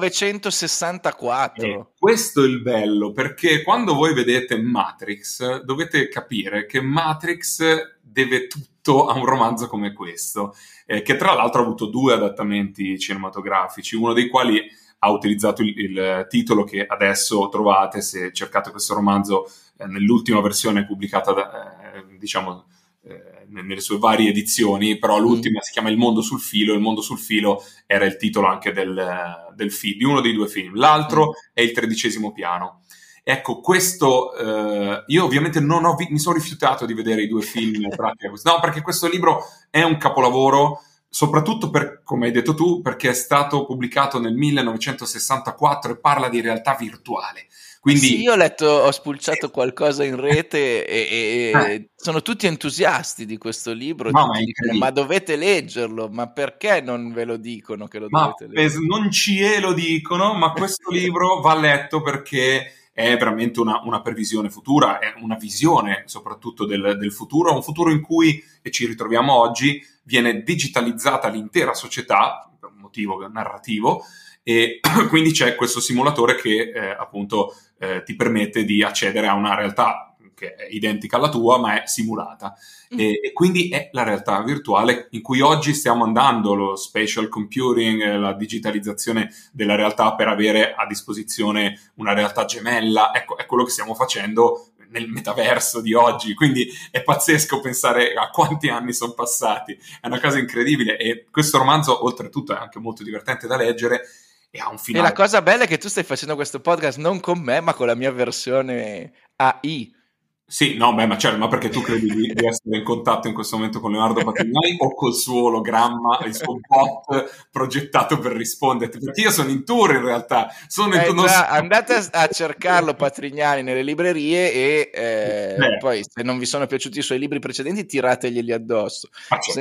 millenovecentosessantaquattro. Eh, questo è il bello, perché quando voi vedete Matrix, dovete capire che Matrix deve tutto adatto a un romanzo come questo, eh, che tra l'altro ha avuto due adattamenti cinematografici, uno dei quali ha utilizzato il, il titolo che adesso trovate se cercate questo romanzo eh, nell'ultima versione pubblicata da, eh, diciamo eh, nelle sue varie edizioni, però l'ultima mm. si chiama Il mondo sul filo. Il mondo sul filo era il titolo anche del, del film, di uno dei due film. L'altro mm. è Il tredicesimo piano. Ecco, questo eh, io ovviamente non ho vi- mi sono rifiutato di vedere i due film tratti da questo. No, perché questo libro è un capolavoro, soprattutto per, come hai detto tu, perché è stato pubblicato nel millenovecentosessantaquattro e parla di realtà virtuale. Quindi, sì, io ho letto, ho spulciato qualcosa in rete e, e eh. sono tutti entusiasti di questo libro. No, tutti ma, dicono, ma dovete leggerlo, ma perché non ve lo dicono che lo ma dovete leggere? Non ci lo dicono, ma questo libro va letto perché è veramente una, una previsione futura, è una visione soprattutto del, del futuro, un futuro in cui, e ci ritroviamo oggi, viene digitalizzata l'intera società, per un motivo narrativo, e quindi c'è questo simulatore che eh, appunto eh, ti permette di accedere a una realtà che è identica alla tua, ma è simulata. Mm. E, e quindi è la realtà virtuale in cui oggi stiamo andando, lo spatial computing, la digitalizzazione della realtà per avere a disposizione una realtà gemella, ecco, è quello che stiamo facendo nel metaverso di oggi, quindi è pazzesco pensare a quanti anni sono passati, è una cosa incredibile, e questo romanzo oltretutto è anche molto divertente da leggere e ha un finale. E la cosa bella è che tu stai facendo questo podcast non con me, ma con la mia versione A I. Sì, no, beh, ma certo, ma perché tu credi di, di essere in contatto in questo momento con Leonardo Patrignani o col suo ologramma, il suo bot progettato per risponderti? Perché io sono in tour in realtà. Sono eh, in tour, già, so... andate a, a cercarlo Patrignani nelle librerie e eh, poi se non vi sono piaciuti i suoi libri precedenti tirateglieli addosso. Ah, se,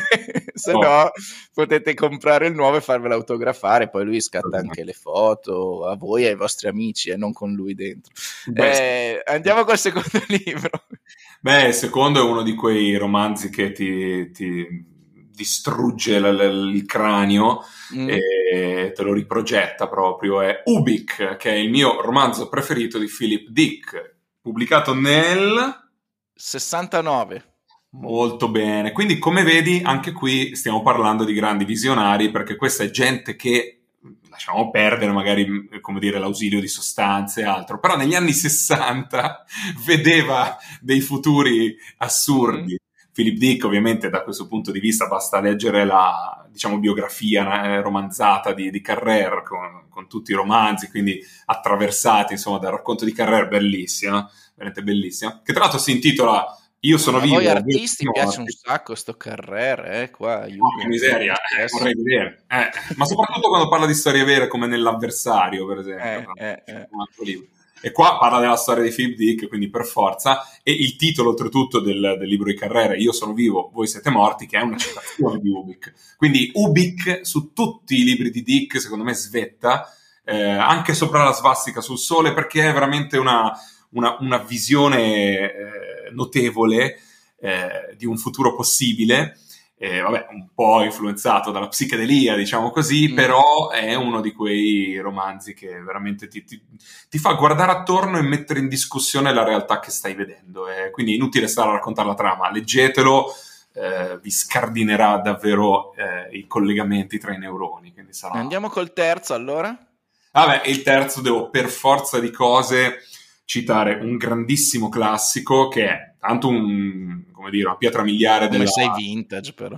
se no oh. potete comprare il nuovo e farvelo autografare, poi lui scatta anche le foto a voi e ai vostri amici e non con lui dentro. Beh, eh, andiamo col secondo libro. Beh, il secondo è uno di quei romanzi che ti, ti distrugge l- l- il cranio mm. e te lo riprogetta proprio. È Ubik, che è il mio romanzo preferito di Philip Dick, pubblicato nel sessantanove. Molto bene, quindi come vedi anche qui stiamo parlando di grandi visionari, perché questa è gente che lasciamo perdere magari, come dire, l'ausilio di sostanze e altro, però negli anni sessanta vedeva dei futuri assurdi. Mm. Philip Dick, ovviamente, da questo punto di vista basta leggere la, diciamo, biografia eh, romanzata di, di Carrère con, con tutti i romanzi, quindi attraversati, insomma, dal racconto di Carrère, bellissima, veramente bellissima, che tra l'altro si intitola Io sono a vivo. A voi artisti piace un sacco sto Carrère, eh, qua. No, che miseria, eh, vorrei vedere. Eh, ma soprattutto quando parla di storie vere, come nell'Avversario, per esempio. Eh, eh, eh. Un altro libro. E qua parla della storia di Philip Dick, quindi per forza. E il titolo, oltretutto, del, del libro di Carrère, Io sono vivo, voi siete morti, che è una citazione di Ubik. Quindi Ubik, su tutti i libri di Dick, secondo me svetta, eh, anche sopra la svastica sul sole, perché è veramente una, una, una visione eh, notevole eh, di un futuro possibile. Eh, vabbè, un po' influenzato dalla psichedelia, diciamo così, mm. però è uno di quei romanzi che veramente ti, ti, ti fa guardare attorno e mettere in discussione la realtà che stai vedendo. Eh, quindi è inutile stare a raccontare la trama, leggetelo, eh, vi scardinerà davvero eh, i collegamenti tra i neuroni. Quindi sarà... Andiamo col terzo, allora? Vabbè, il terzo devo per forza di cose citare un grandissimo classico che è tanto un, come dire, una pietra miliare come della... sei vintage però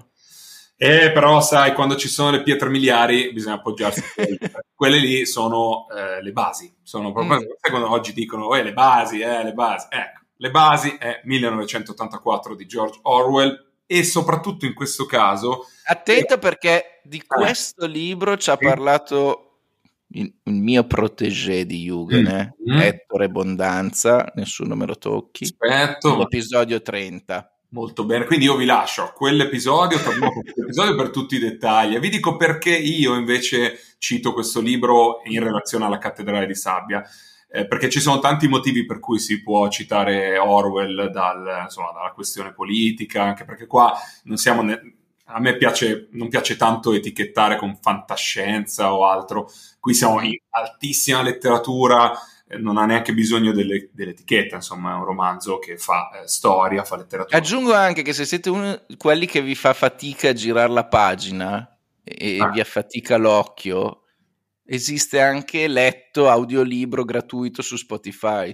eh però sai, quando ci sono le pietre miliari bisogna appoggiarsi a quelle. Quelle lì sono eh, le basi, sono proprio mm. quando oggi dicono eh, le basi, eh, le basi, ecco, le basi è millenovecentottantaquattro di George Orwell, e soprattutto in questo caso attento, perché di questo eh. libro ci ha parlato il, il mio protégé di Jugend, eh? mm. Ettore Bondanza, nessuno me lo tocchi. Aspetto, l'episodio trenta. Molto bene, quindi io vi lascio a quell'episodio, torniamo a quell'episodio per tutti i dettagli. Vi dico perché io invece cito questo libro in relazione alla Cattedrale di Sabbia, eh, perché ci sono tanti motivi per cui si può citare Orwell, dal, insomma, dalla questione politica, anche perché qua non siamo... Ne- a me piace, non piace tanto etichettare con fantascienza o altro, qui siamo in altissima letteratura, eh, non ha neanche bisogno delle, dell'etichetta, insomma è un romanzo che fa eh, storia, fa letteratura. Aggiungo anche che se siete uno di quelli che vi fa fatica a girare la pagina e ah. vi affatica l'occhio, esiste anche letto audiolibro gratuito su Spotify.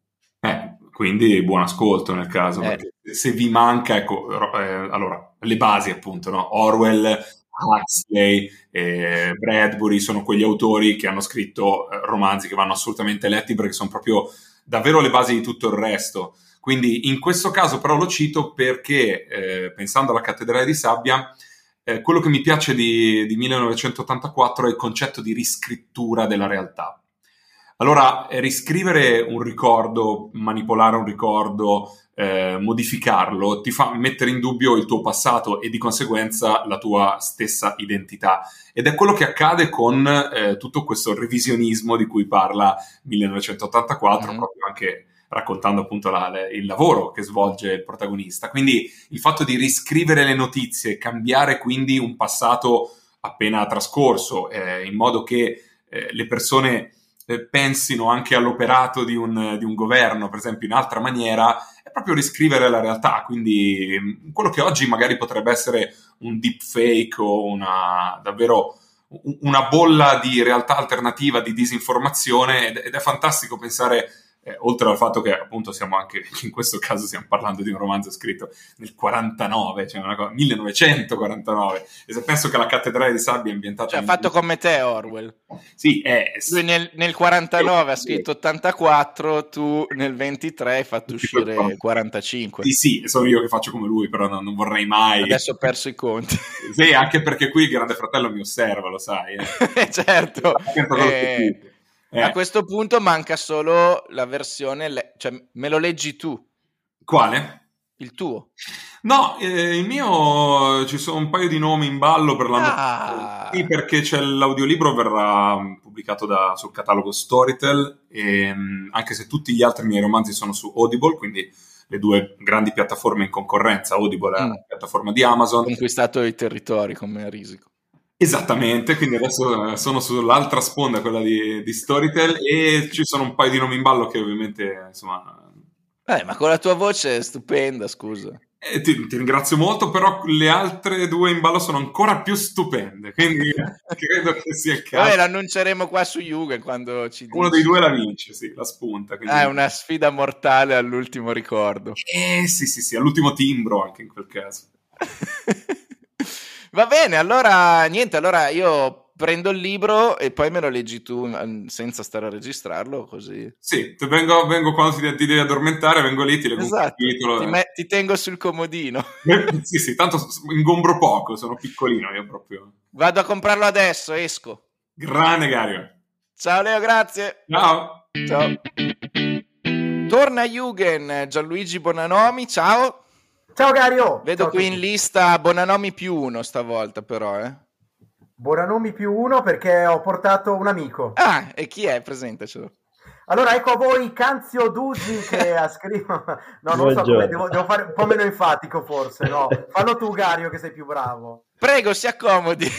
Eh, quindi buon ascolto nel caso, eh. perché se vi manca, ecco, eh, allora, le basi appunto, no? Orwell, Huxley, eh, Bradbury sono quegli autori che hanno scritto eh, romanzi che vanno assolutamente letti perché sono proprio davvero le basi di tutto il resto. Quindi in questo caso però lo cito perché, eh, pensando alla Cattedrale di Sabbia, eh, quello che mi piace di, di millenovecentottantaquattro è il concetto di riscrittura della realtà. Allora, riscrivere un ricordo, manipolare un ricordo, eh, modificarlo, ti fa mettere in dubbio il tuo passato e di conseguenza la tua stessa identità. Ed è quello che accade con eh, tutto questo revisionismo di cui parla millenovecentottantaquattro, mm. proprio anche raccontando appunto la, il lavoro che svolge il protagonista. Quindi il fatto di riscrivere le notizie, cambiare quindi un passato appena trascorso, eh, in modo che eh, le persone pensino anche all'operato di un, di un governo, per esempio, in altra maniera, è proprio riscrivere la realtà. Quindi quello che oggi magari potrebbe essere un deepfake o una davvero una bolla di realtà alternativa, di disinformazione, ed è fantastico pensare, eh, oltre al fatto che appunto siamo anche, in questo caso stiamo parlando di un romanzo scritto nel quarantanove, cioè una cosa, millenovecentoquarantanove, e se penso che la Cattedrale di Sabbia è ambientata... Cioè, in... fatto come te, Orwell. Sì, è... Lui nel, nel quarantanove ha scritto ottantaquattro, tu nel ventitré hai fatto uscire quarantacinque. Sì, sì, sono io che faccio come lui, però non, non vorrei mai... Adesso ho perso i conti. Sì, anche perché qui il Grande Fratello mi osserva, lo sai. Eh. Certo. Eh... Eh. A questo punto manca solo la versione, le- cioè me lo leggi tu. Quale? Il tuo. No, eh, il mio ci sono un paio di nomi in ballo per l'anno. Ah. Sì, perché c'è l'audiolibro, verrà pubblicato da, sul catalogo Storytel, e, anche se tutti gli altri miei romanzi sono su Audible, quindi le due grandi piattaforme in concorrenza. Audible è mm. la piattaforma di Amazon. Ha conquistato i territori come a risico. Esattamente, quindi adesso sono sull'altra sponda, quella di, di Storytel, e ci sono un paio di nomi in ballo che ovviamente, insomma... Eh, ma con la tua voce è stupenda, scusa. Eh, ti, ti ringrazio molto, però le altre due in ballo sono ancora più stupende, quindi credo che sia il caso. Vabbè, l'annunceremo qua su Yugen quando ci dici. Uno dei due la vince, sì, la spunta. Quindi... Ah, è una sfida mortale all'ultimo ricordo. Eh, sì, sì, sì, all'ultimo timbro anche in quel caso. Va bene, allora niente, allora io prendo il libro e poi me lo leggi tu senza stare a registrarlo, così. Sì, vengo, vengo quando ti, ti devi addormentare, vengo lì, ti leggo esatto. un capitolo. Ti, me- ti tengo sul comodino. Sì, sì, tanto ingombro poco, sono piccolino io proprio. Vado a comprarlo adesso, esco. Grande Gario. Ciao Leo, grazie. Ciao. Ciao. Torna Yugen, Gianluigi Bonanomi, ciao. Ciao Gario! Vedo Ciao qui in lista Bonanomi più uno stavolta però, eh? Bonanomi più uno perché ho portato un amico. Ah, e chi è? Presentacelo. Allora ecco a voi Canzio Dusi che ha scritto... No, non so come, devo, devo fare un po' meno enfatico forse, no? Fallo tu Gario che sei più bravo. Prego, si accomodi.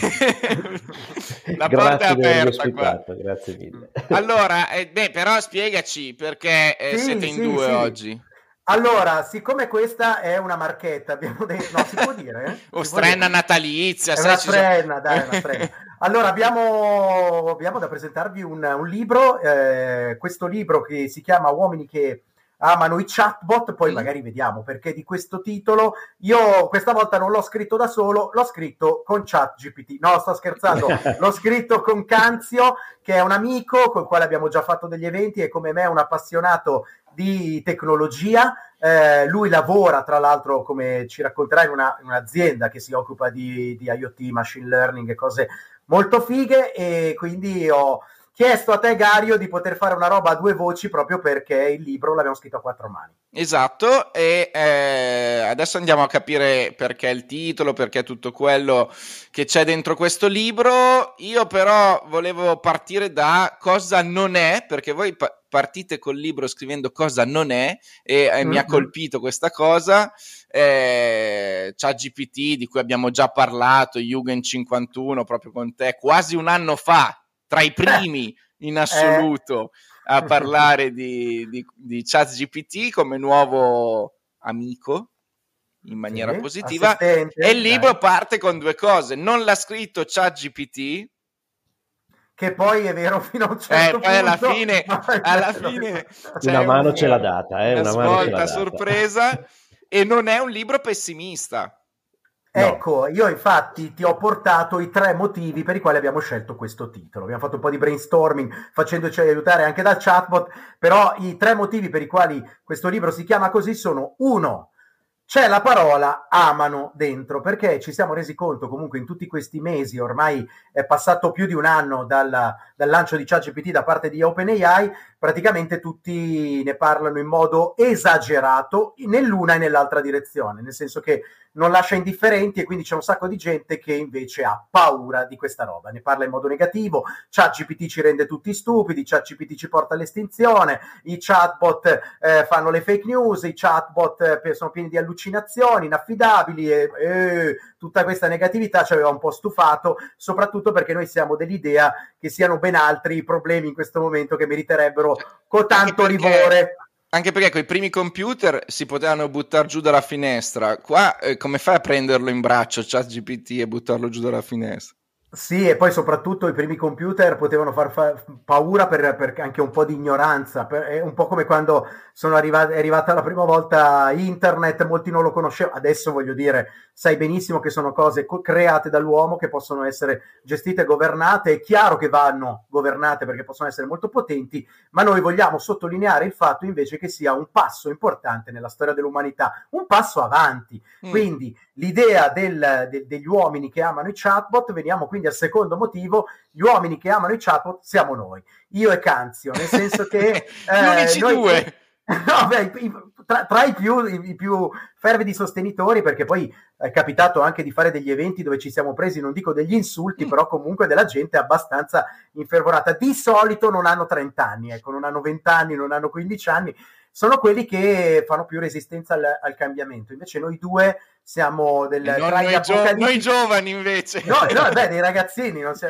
La porta è aperta qua. Grazie mille. Allora, eh, beh, però spiegaci perché eh, sì, siete in sì, due sì. oggi. Allora, siccome questa è una marchetta, abbiamo detto... No, si può dire? Eh? O strenna natalizia. È una strenna, sono... dai, una strenna. Allora, abbiamo, abbiamo da presentarvi un, un libro, eh, questo libro che si chiama Uomini che amano i chatbot, poi mm. magari vediamo perché di questo titolo. Io questa volta non l'ho scritto da solo, l'ho scritto con ChatGPT. No, sto scherzando, l'ho scritto con Canzio, che è un amico con il quale abbiamo già fatto degli eventi e come me è un appassionato di tecnologia. Eh, lui lavora tra l'altro, come ci racconterà, in, una, in un'azienda che si occupa di, di IoT, machine learning e cose molto fighe, e quindi ho chiesto a te Gario di poter fare una roba a due voci proprio perché il libro l'abbiamo scritto a quattro mani. Esatto, e eh, adesso andiamo a capire perché il titolo, perché tutto quello che c'è dentro questo libro. Io però volevo partire da cosa non è, perché voi pa- partite col libro scrivendo cosa non è e eh, mm-hmm. mi ha colpito questa cosa. eh, ChatGPT, di cui abbiamo già parlato, Yugen cinquantuno proprio con te quasi un anno fa, tra i primi in assoluto. a parlare di, di, di ChatGPT come nuovo amico in maniera sì, positiva, e il libro dai. parte con due cose: non l'ha scritto ChatGPT, che poi è vero fino a un certo eh, punto, poi alla fine, alla fine una mano un, ce l'ha data, eh, una, una svolta mano sorpresa, e non è un libro pessimista. No. Ecco, io infatti ti ho portato i tre motivi per i quali abbiamo scelto questo titolo. Abbiamo fatto un po' di brainstorming facendoci aiutare anche dal chatbot, però i tre motivi per i quali questo libro si chiama così sono: uno, c'è la parola amano dentro, perché ci siamo resi conto comunque in tutti questi mesi, ormai è passato più di un anno dal, dal lancio di ChatGPT da parte di OpenAI, praticamente tutti ne parlano in modo esagerato nell'una e nell'altra direzione, nel senso che non lascia indifferenti, e quindi c'è un sacco di gente che invece ha paura di questa roba, ne parla in modo negativo. ChatGPT ci rende tutti stupidi, ChatGPT ci porta all'estinzione, i chatbot eh, fanno le fake news, i chatbot eh, sono pieni di allucinazioni, inaffidabili, e eh, tutta questa negatività ci aveva un po' stufato, soprattutto perché noi siamo dell'idea che siano ben altri i problemi in questo momento che meriterebbero con tanto perché... livore. Anche perché con i primi computer si potevano buttare giù dalla finestra. Qua eh, come fai a prenderlo in braccio ChatGPT e buttarlo giù dalla finestra? Sì, e poi soprattutto i primi computer potevano far fa- paura per, per anche un po' di ignoranza. Per, è un po' come quando sono arrivata, è arrivata la prima volta internet, molti non lo conoscevano. Adesso voglio dire, sai benissimo che sono cose co- create dall'uomo, che possono essere gestite e governate. È chiaro che vanno governate perché possono essere molto potenti, ma noi vogliamo sottolineare il fatto invece che sia un passo importante nella storia dell'umanità, un passo avanti. Mm. Quindi l'idea del, de, degli uomini che amano i chatbot, veniamo quindi al secondo motivo: gli uomini che amano i chatbot siamo noi, io e Canzio, nel senso che eh, gli unici noi, due no, beh, i, tra, tra i più, i, i più fervidi sostenitori, perché poi è capitato anche di fare degli eventi dove ci siamo presi, non dico degli insulti, mm. però comunque della gente abbastanza infervorata. Di solito non hanno trenta anni, ecco, non hanno venti anni, non hanno quindici anni, sono quelli che fanno più resistenza al, al cambiamento. Invece noi due siamo del, non tra noi, gio- noi giovani invece no, no, beh, dei ragazzini non si,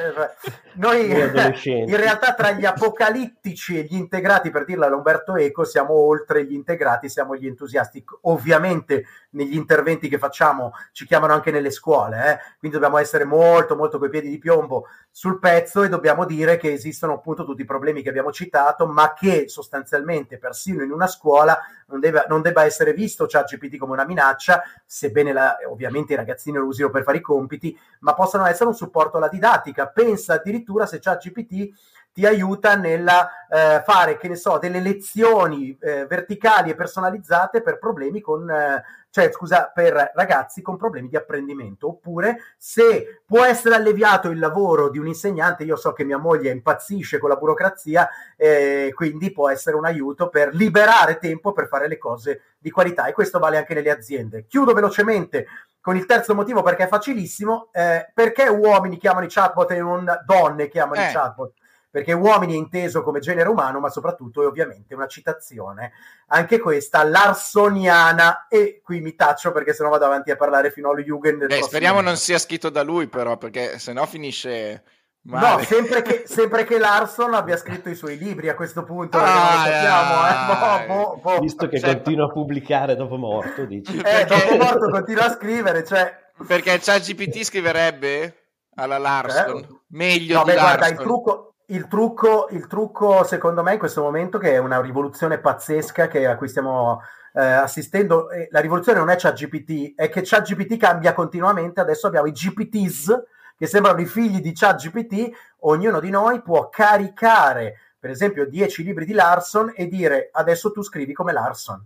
noi in realtà tra gli apocalittici e gli integrati, per dirla all'Umberto Eco, siamo oltre gli integrati, siamo gli entusiasti. Ovviamente negli interventi che facciamo ci chiamano anche nelle scuole, eh? Quindi dobbiamo essere molto molto coi piedi di piombo sul pezzo, e dobbiamo dire che esistono appunto tutti i problemi che abbiamo citato, ma che sostanzialmente persino in una scuola non deve, non debba essere visto ChatGPT come una minaccia, sebbene la, ovviamente i ragazzini lo usino per fare i compiti, ma possono essere un supporto alla didattica. Pensa addirittura se ChatGPT ti aiuta nella eh, fare, che ne so, delle lezioni eh, verticali e personalizzate per problemi con eh, cioè scusa per ragazzi con problemi di apprendimento, oppure se può essere alleviato il lavoro di un insegnante. Io so che mia moglie impazzisce con la burocrazia, eh, quindi può essere un aiuto per liberare tempo per fare le cose di qualità, e questo vale anche nelle aziende. Chiudo velocemente con il terzo motivo, perché è facilissimo. Eh, perché uomini chiamano i chatbot e non donne chiamano eh. i chatbot? Perché uomini è inteso come genere umano, ma soprattutto è ovviamente una citazione, anche questa larsoniana, e qui mi taccio perché sennò vado avanti a parlare fino allo Jugend. Beh, speriamo momento. Non sia scritto da lui però, perché sennò finisce male. No, sempre che, sempre che Larson abbia scritto i suoi libri a questo punto, ah, perché non lo sappiamo, eh. boh, boh, boh. Visto che cioè, continua a pubblicare dopo morto, dici. Eh, perché... dopo morto continua a scrivere, cioè... Perché ChatGPT scriverebbe alla Larson, eh. meglio no, di beh, Larson. Guarda, il trucco... Il trucco, il trucco, secondo me, in questo momento, che è una rivoluzione pazzesca che, a cui stiamo eh, assistendo, eh, la rivoluzione non è ChatGPT, è che ChatGPT cambia continuamente. Adesso abbiamo i G P Ts, che sembrano i figli di ChatGPT. Ognuno di noi può caricare, per esempio, dieci libri di Larson e dire: adesso tu scrivi come Larson.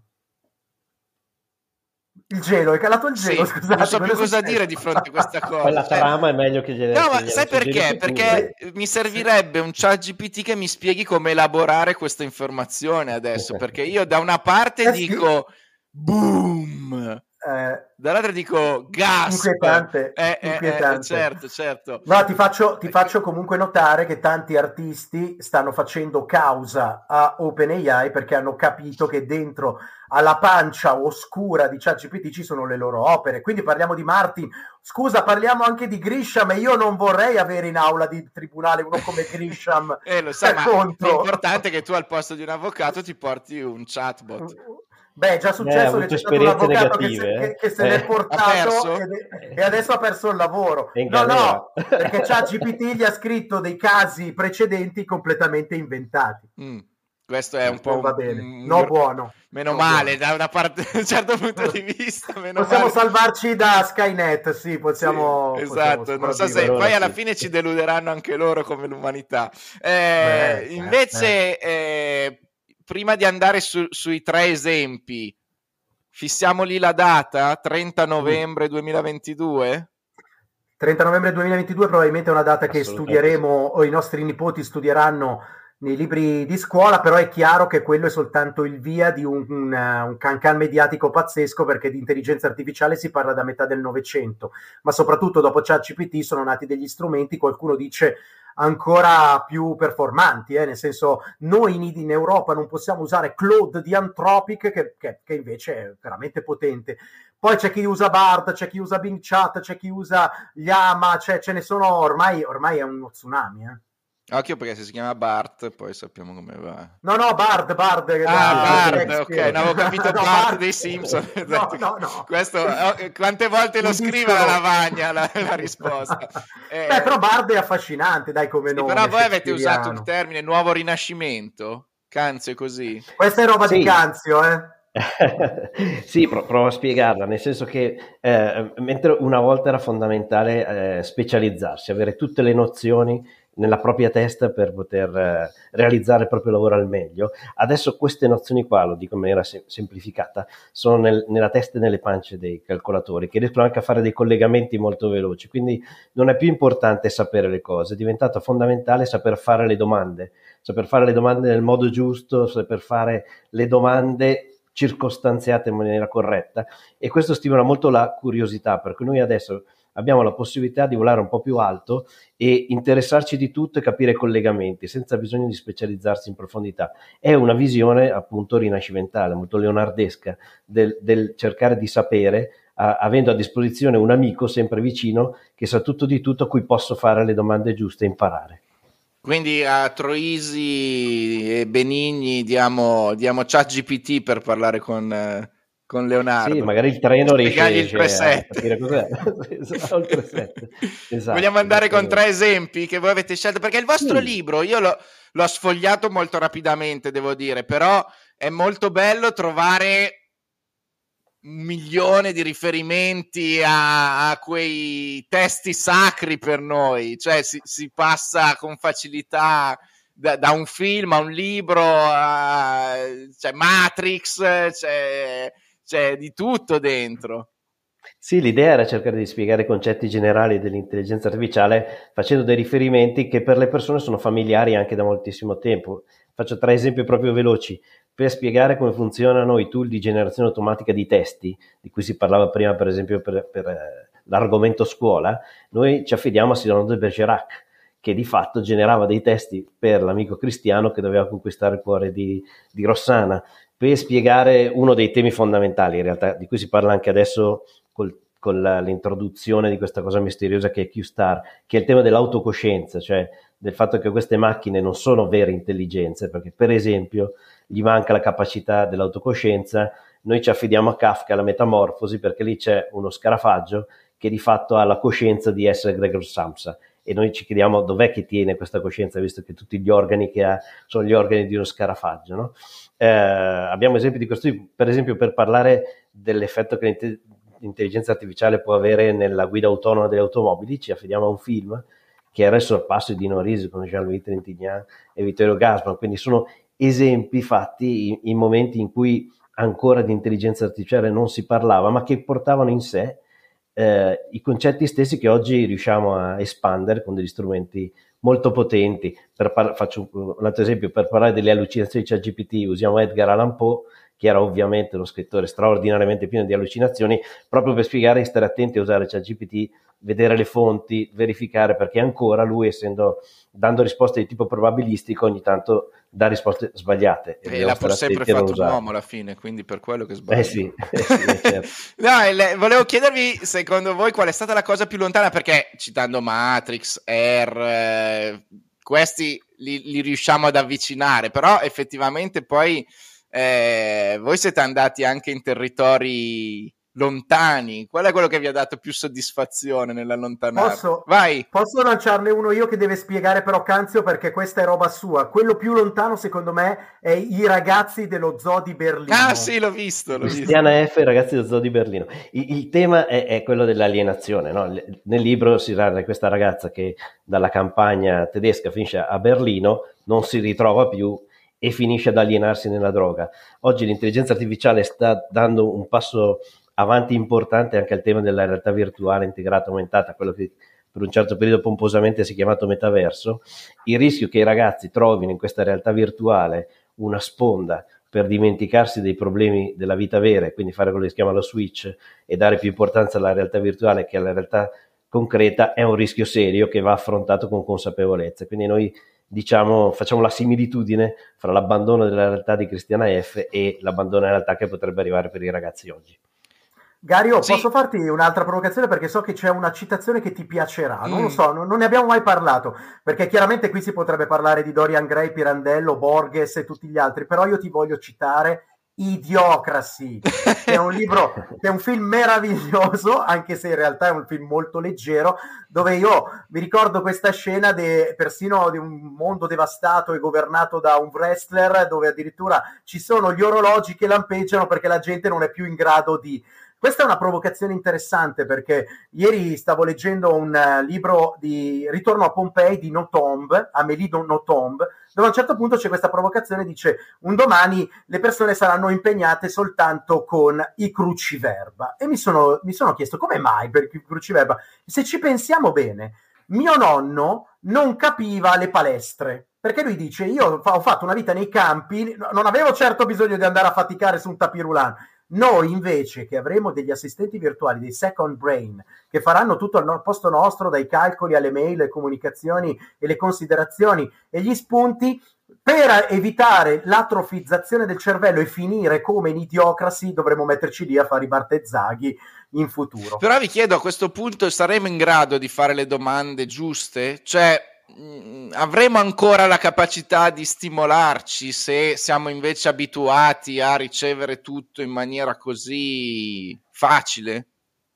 Il gelo, è calato il gelo, sì, scusate. Non so più cosa dire di fronte a questa cosa. Quella trama è meglio che gliene. No, ma sai perché? Perché tu. mi servirebbe un ChatGPT che mi spieghi come elaborare questa informazione adesso, perché io da una parte eh dico sì. boom, Eh, dall'altra dico gasp. Inquietante, Eh, eh, inquietante. eh, certo, certo. No, ti faccio, ti faccio comunque notare che tanti artisti stanno facendo causa a OpenAI perché hanno capito che dentro alla pancia oscura di ChatGPT ci sono le loro opere. Quindi parliamo di Martin. Scusa, parliamo anche di Grisham, e io non vorrei avere in aula di tribunale uno come Grisham. Eh, lo sai, ma contro. è importante che tu al posto di un avvocato ti porti un chatbot. Beh, è già successo Eh, che c'è stato un esperienze avvocato che negative, se, eh. che, che se Eh. l'è portato Ha ed è- e adesso ha perso il lavoro. È in No, galera. no, perché ChatGPT gli ha scritto dei casi precedenti completamente inventati. Mm, questo è un po' Non va un- bene. un- No, buono. Meno No, male, buono. da una parte, da un certo punto di vista, meno Possiamo male. salvarci da Skynet, sì, possiamo. Sì, possiamo esatto, non so se sopravvivere. Per ora poi alla sì. fine ci deluderanno anche loro come l'umanità. Eh, Beh, invece, eh, prima di andare su- sui tre esempi, fissiamo lì la data, trenta novembre duemilaventidue? trenta novembre duemilaventidue probabilmente è una data che Assolutamente studieremo, o i nostri nipoti studieranno nei libri di scuola, però è chiaro che quello è soltanto il via di un, un, un cancan mediatico pazzesco, perché di intelligenza artificiale si parla da metà del Novecento, ma soprattutto dopo ChatGPT sono nati degli strumenti, qualcuno dice ancora più performanti, eh? Nel senso, noi in, in Europa non possiamo usare Claude di Anthropic, che, che, che invece è veramente potente. Poi c'è chi usa Bard, c'è chi usa Bing Chat, c'è chi usa Llama, cioè, ce ne sono ormai, ormai è uno tsunami. Eh. Occhio, perché se si chiama Bart, poi sappiamo come va. No, no, Bard, Bard. Ah, da- Bart, da- ok, non avevo capito No, Bart dei Simpson. No, no, no. Questo, oh, quante volte lo Un scrive la disco- lavagna la, la risposta? Eh, Beh, però Bard è affascinante, dai, come sì, nome. però voi avete usato il shakespeariano. termine nuovo rinascimento? Canzo è così? Questa è roba Sì. di Canzio, eh? Sì, pro- provo a spiegarla, nel senso che eh, mentre una volta era fondamentale eh, specializzarsi, avere tutte le nozioni nella propria testa per poter eh, realizzare il proprio lavoro al meglio, adesso queste nozioni qua, lo dico in maniera sem- semplificata, sono nel- nella testa e nelle pance dei calcolatori, che riescono anche a fare dei collegamenti molto veloci, quindi non è più importante sapere le cose, è diventato fondamentale saper fare le domande, saper fare le domande nel modo giusto, saper fare le domande circostanziate in maniera corretta, e questo stimola molto la curiosità, perché noi adesso abbiamo la possibilità di volare un po' più alto e interessarci di tutto e capire collegamenti senza bisogno di specializzarsi in profondità. È una visione appunto rinascimentale, molto leonardesca, del, del cercare di sapere, a, avendo a disposizione un amico sempre vicino che sa tutto di tutto, a cui posso fare le domande giuste e imparare. Quindi a Troisi e Benigni diamo, diamo ChatGPT per parlare con, eh, con Leonardo. Sì, magari il treno Spiegargli il riesce tre a sette. capire cos'è. Esatto, il tre sette. Esatto, Vogliamo andare con esattamente. tre esempi che voi avete scelto? Perché il vostro Sì. libro, io l'ho, l'ho sfogliato molto rapidamente, devo dire, però è molto bello trovare un milione di riferimenti a, a quei testi sacri per noi, cioè si, si passa con facilità da, da un film a un libro, a, c'è Matrix, c'è, c'è di tutto dentro. Sì, l'idea era cercare di spiegare i concetti generali dell'intelligenza artificiale facendo dei riferimenti che per le persone sono familiari anche da moltissimo tempo. Faccio tre esempi proprio veloci. Per spiegare come funzionano i tool di generazione automatica di testi, di cui si parlava prima per esempio per, per eh, l'argomento scuola, noi ci affidiamo a Cyrano de Bergerac, che di fatto generava dei testi per l'amico Cristiano che doveva conquistare il cuore di, di Rossana, per spiegare uno dei temi fondamentali, in realtà, di cui si parla anche adesso col, con la, l'introduzione di questa cosa misteriosa che è Q-Star, che è il tema dell'autocoscienza, cioè del fatto che queste macchine non sono vere intelligenze, perché per esempio gli manca la capacità dell'autocoscienza. Noi ci affidiamo a Kafka, la Metamorfosi, perché lì c'è uno scarafaggio che di fatto ha la coscienza di essere Gregor Samsa, e noi ci chiediamo dov'è che tiene questa coscienza, visto che tutti gli organi che ha sono gli organi di uno scarafaggio, no? Eh, abbiamo esempi di questo tipo, per esempio per parlare dell'effetto che l'intelligenza artificiale può avere nella guida autonoma delle automobili, ci affidiamo a un film che era il sorpasso di Dino Risi con Jean-Louis Trintignant e Vittorio Gassman, quindi sono esempi fatti in, in momenti in cui ancora di intelligenza artificiale non si parlava, ma che portavano in sé eh, i concetti stessi che oggi riusciamo a espandere con degli strumenti molto potenti. per par- faccio un, un altro esempio, per parlare delle allucinazioni di ChatGPT usiamo Edgar Allan Poe, che era ovviamente uno scrittore straordinariamente pieno di allucinazioni, proprio per spiegare di stare attenti a usare ChatGPT, vedere le fonti, verificare, perché ancora lui, essendo dando risposte di tipo probabilistico, ogni tanto dà risposte sbagliate. E, e l'ha pur sempre fatto un uomo alla fine, quindi per quello che sbaglia. Eh sì, eh sì, certo. No, le, volevo chiedervi, secondo voi, qual è stata la cosa più lontana, perché citando Matrix, Air, eh, questi li, li riusciamo ad avvicinare, però effettivamente poi eh, voi siete andati anche in territori lontani. Qual è quello che vi ha dato più soddisfazione nell'allontanare? Posso, Vai. posso lanciarne uno io che deve spiegare però Canzio, perché questa è roba sua. Quello più lontano secondo me è I ragazzi dello zoo di Berlino. Ah sì, l'ho visto, l'ho Cristiana visto. F, i ragazzi dello zoo di Berlino. Il, il tema è, è quello dell'alienazione, no? Nel libro si narra di questa ragazza che dalla campagna tedesca finisce a Berlino, non si ritrova più e finisce ad alienarsi nella droga. Oggi l'intelligenza artificiale sta dando un passo avanti importante anche al tema della realtà virtuale integrata aumentata, quello che per un certo periodo pomposamente si è chiamato metaverso. Il rischio che i ragazzi trovino in questa realtà virtuale una sponda per dimenticarsi dei problemi della vita vera e quindi fare quello che si chiama lo switch e dare più importanza alla realtà virtuale che alla realtà concreta è un rischio serio che va affrontato con consapevolezza. Quindi noi diciamo facciamo la similitudine fra l'abbandono della realtà di Cristiana F e l'abbandono della realtà che potrebbe arrivare per i ragazzi oggi. Gario, sì. Posso farti un'altra provocazione, perché so che c'è una citazione che ti piacerà, non mm. lo so, non, non ne abbiamo mai parlato, perché chiaramente qui si potrebbe parlare di Dorian Gray, Pirandello, Borges e tutti gli altri, però io ti voglio citare Idiocracy, che è un libro, che è un film meraviglioso, anche se in realtà è un film molto leggero, dove io mi ricordo questa scena de, persino di un mondo devastato e governato da un wrestler, dove addirittura ci sono gli orologi che lampeggiano perché la gente non è più in grado di... Questa è una provocazione interessante, perché ieri stavo leggendo un uh, libro di Ritorno a Pompei di Nothomb, Amélie Nothomb, dove a un certo punto c'è questa provocazione, dice: un domani le persone saranno impegnate soltanto con i cruciverba. E mi sono, mi sono chiesto come mai per i cruciverba? Se ci pensiamo bene, mio nonno non capiva le palestre, perché lui dice: io ho fatto una vita nei campi, non avevo certo bisogno di andare a faticare su un tapirulan. Noi invece, che avremo degli assistenti virtuali, dei second brain, che faranno tutto al posto nostro, dai calcoli alle mail, le comunicazioni e le considerazioni e gli spunti, per evitare l'atrofizzazione del cervello e finire come in Idiocracy, dovremo metterci lì a fare i bartezzaghi in futuro. Però vi chiedo, a questo punto saremo in grado di fare le domande giuste? Cioè, avremo ancora la capacità di stimolarci se siamo invece abituati a ricevere tutto in maniera così facile?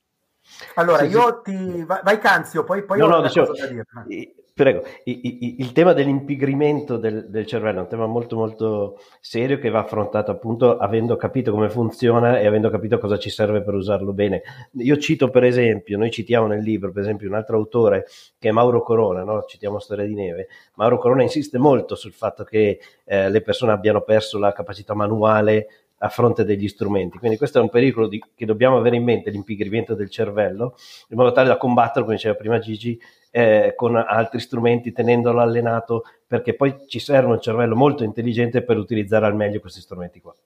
Allora, sì, io sì. ti... Vai Canzio, poi, poi no, ho no, una dicevo, cosa da dire. Prego, il, il, il tema dell'impigrimento del, del cervello è un tema molto molto serio che va affrontato appunto avendo capito come funziona e avendo capito cosa ci serve per usarlo bene. Io cito per esempio, noi citiamo nel libro per esempio un altro autore che è Mauro Corona, no? Citiamo Storia di Neve. Mauro Corona insiste molto sul fatto che eh, le persone abbiano perso la capacità manuale a fronte degli strumenti, quindi questo è un pericolo di, che dobbiamo avere in mente, l'impigrimento del cervello, in modo tale da combatterlo, come diceva prima Gigi, eh, con altri strumenti, tenendolo allenato, perché poi ci serve un cervello molto intelligente per utilizzare al meglio questi strumenti qua.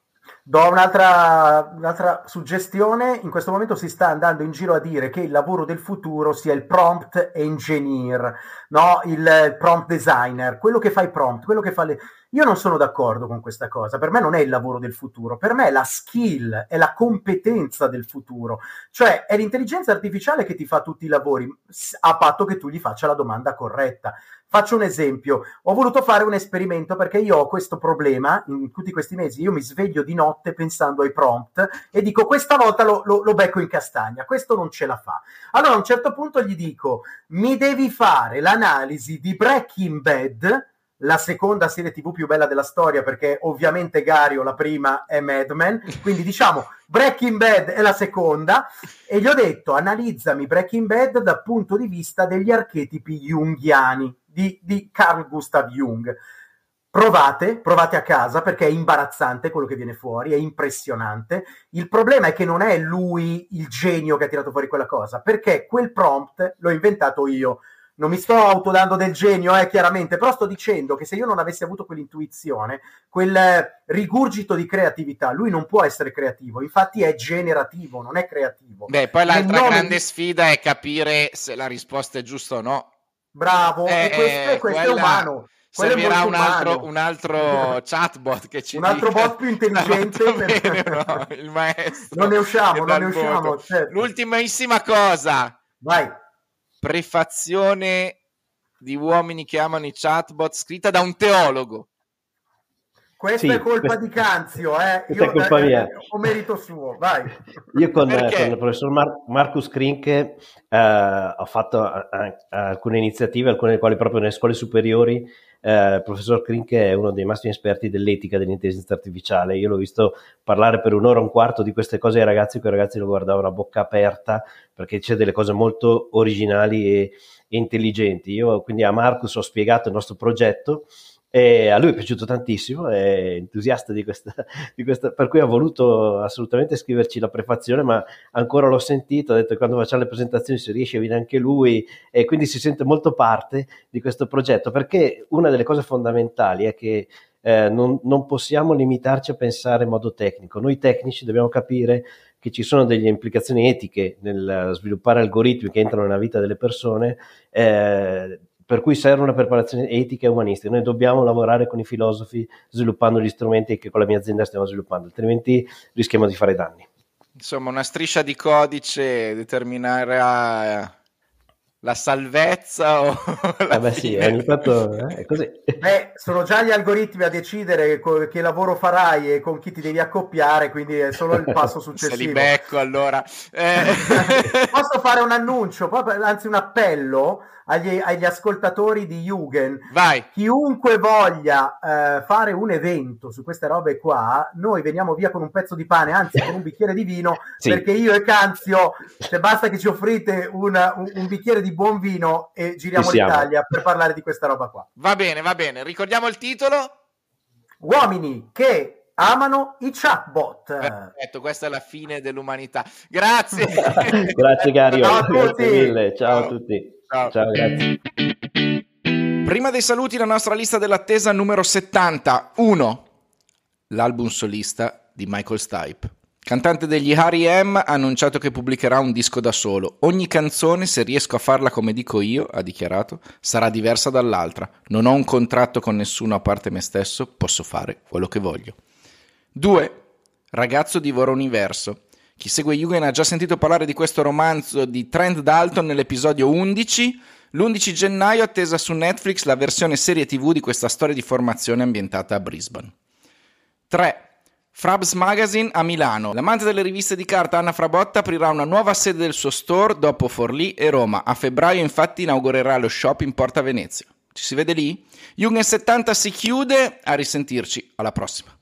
Do un'altra, un'altra suggestione. In questo momento si sta andando in giro a dire che il lavoro del futuro sia il prompt engineer, no? Il prompt designer, quello che fa i prompt, quello che fa le... Io non sono d'accordo con questa cosa. Per me non è il lavoro del futuro, per me è la skill, è la competenza del futuro. Cioè è l'intelligenza artificiale che ti fa tutti i lavori, a patto che tu gli faccia la domanda corretta. Faccio un esempio, ho voluto fare un esperimento perché io ho questo problema, in tutti questi mesi io mi sveglio di notte pensando ai prompt e dico questa volta lo, lo, lo becco in castagna, questo non ce la fa. Allora a un certo punto gli dico mi devi fare l'analisi di Breaking Bad, la seconda serie tv più bella della storia, perché ovviamente Gario la prima è Mad Men, quindi diciamo Breaking Bad è la seconda, e gli ho detto analizzami Breaking Bad dal punto di vista degli archetipi junghiani di, di Carl Gustav Jung. Provate, provate a casa, perché è imbarazzante quello che viene fuori, è impressionante. Il problema è che non è lui il genio che ha tirato fuori quella cosa, perché quel prompt l'ho inventato io. non mi sto autodando del genio, eh, chiaramente, però sto dicendo che se io non avessi avuto quell'intuizione, quel rigurgito di creatività, lui non può essere creativo, infatti è generativo, non è creativo. Beh, poi l'altra nome grande di... sfida è capire se la risposta è giusta o no. Bravo, eh, e questo, eh, questo quella... è umano. Servirà è un altro, umano. un altro chatbot che ci un altro dica bot più intelligente bene, per... no, il maestro. Non ne usciamo, non ne usciamo. Certo. L'ultimissima cosa. Vai. Prefazione di Uomini che amano i chatbot scritta da un teologo. Questa sì, è colpa questa, di Canzio, eh? Questa Io, è colpa eh, mia. Ho merito suo, vai. Io con, con il professor Mar- Marcus Krinke eh, ho fatto a, a, a alcune iniziative, alcune delle quali proprio nelle scuole superiori. Eh, il professor Krinke è uno dei massimi esperti dell'etica dell'intelligenza artificiale. Io l'ho visto parlare per un'ora e un quarto di queste cose ai ragazzi, che i ragazzi lo guardavano a bocca aperta, perché c'è delle cose molto originali e, e intelligenti. Io quindi a Marcus ho spiegato il nostro progetto, e a lui è piaciuto tantissimo, è entusiasta di questa, di questa, per cui ha voluto assolutamente scriverci la prefazione, ma ancora l'ho sentito, ha detto che quando facciamo le presentazioni se riesce viene anche lui, e quindi si sente molto parte di questo progetto, perché una delle cose fondamentali è che eh, non, non possiamo limitarci a pensare in modo tecnico. Noi tecnici dobbiamo capire che ci sono delle implicazioni etiche nel sviluppare algoritmi che entrano nella vita delle persone, eh, per cui serve una preparazione etica e umanistica. Noi dobbiamo lavorare con i filosofi sviluppando gli strumenti che con la mia azienda stiamo sviluppando, altrimenti rischiamo di fare danni. Insomma, una striscia di codice determinerà la salvezza o la eh beh sì, ogni tanto eh, è così. Beh, sono già gli algoritmi a decidere co- che lavoro farai e con chi ti devi accoppiare, quindi è solo il passo successivo. Se li becco, allora. Eh. Posso fare un annuncio, anzi un appello agli, agli ascoltatori di Yugen. Vai. Chiunque voglia eh, fare un evento su queste robe qua, noi veniamo via con un pezzo di pane, anzi con un bicchiere di vino, sì. Perché io e Canzio, se basta che ci offrite una, un, un bicchiere di buon vino e giriamo l'Italia per parlare di questa roba qua. Va bene, va bene. Ricordiamo il titolo? Uomini che amano i chatbot. Perfetto, questa è la fine dell'umanità. Grazie. Grazie Gario. Ciao a tutti. Grazie mille. Ciao, Ciao a tutti. Ciao. Ciao, grazie. Prima dei saluti, la nostra lista dell'attesa numero settanta. uno. L'album solista di Michael Stipe. Cantante degli R E M, ha annunciato che pubblicherà un disco da solo. Ogni canzone, se riesco a farla come dico io, ha dichiarato, sarà diversa dall'altra. Non ho un contratto con nessuno a parte me stesso, posso fare quello che voglio. due. Ragazzo divora universo. Chi segue Yugen ha già sentito parlare di questo romanzo di Trent Dalton nell'episodio undici. L'undici gennaio attesa su Netflix la versione serie tivù di questa storia di formazione ambientata a Brisbane. tre. Frabs Magazine a Milano. L'amante delle riviste di carta Anna Frabotta aprirà una nuova sede del suo store dopo Forlì e Roma. A febbraio infatti inaugurerà lo shop in Porta Venezia. Ci si vede lì? Yugen settanta si chiude, a risentirci, alla prossima.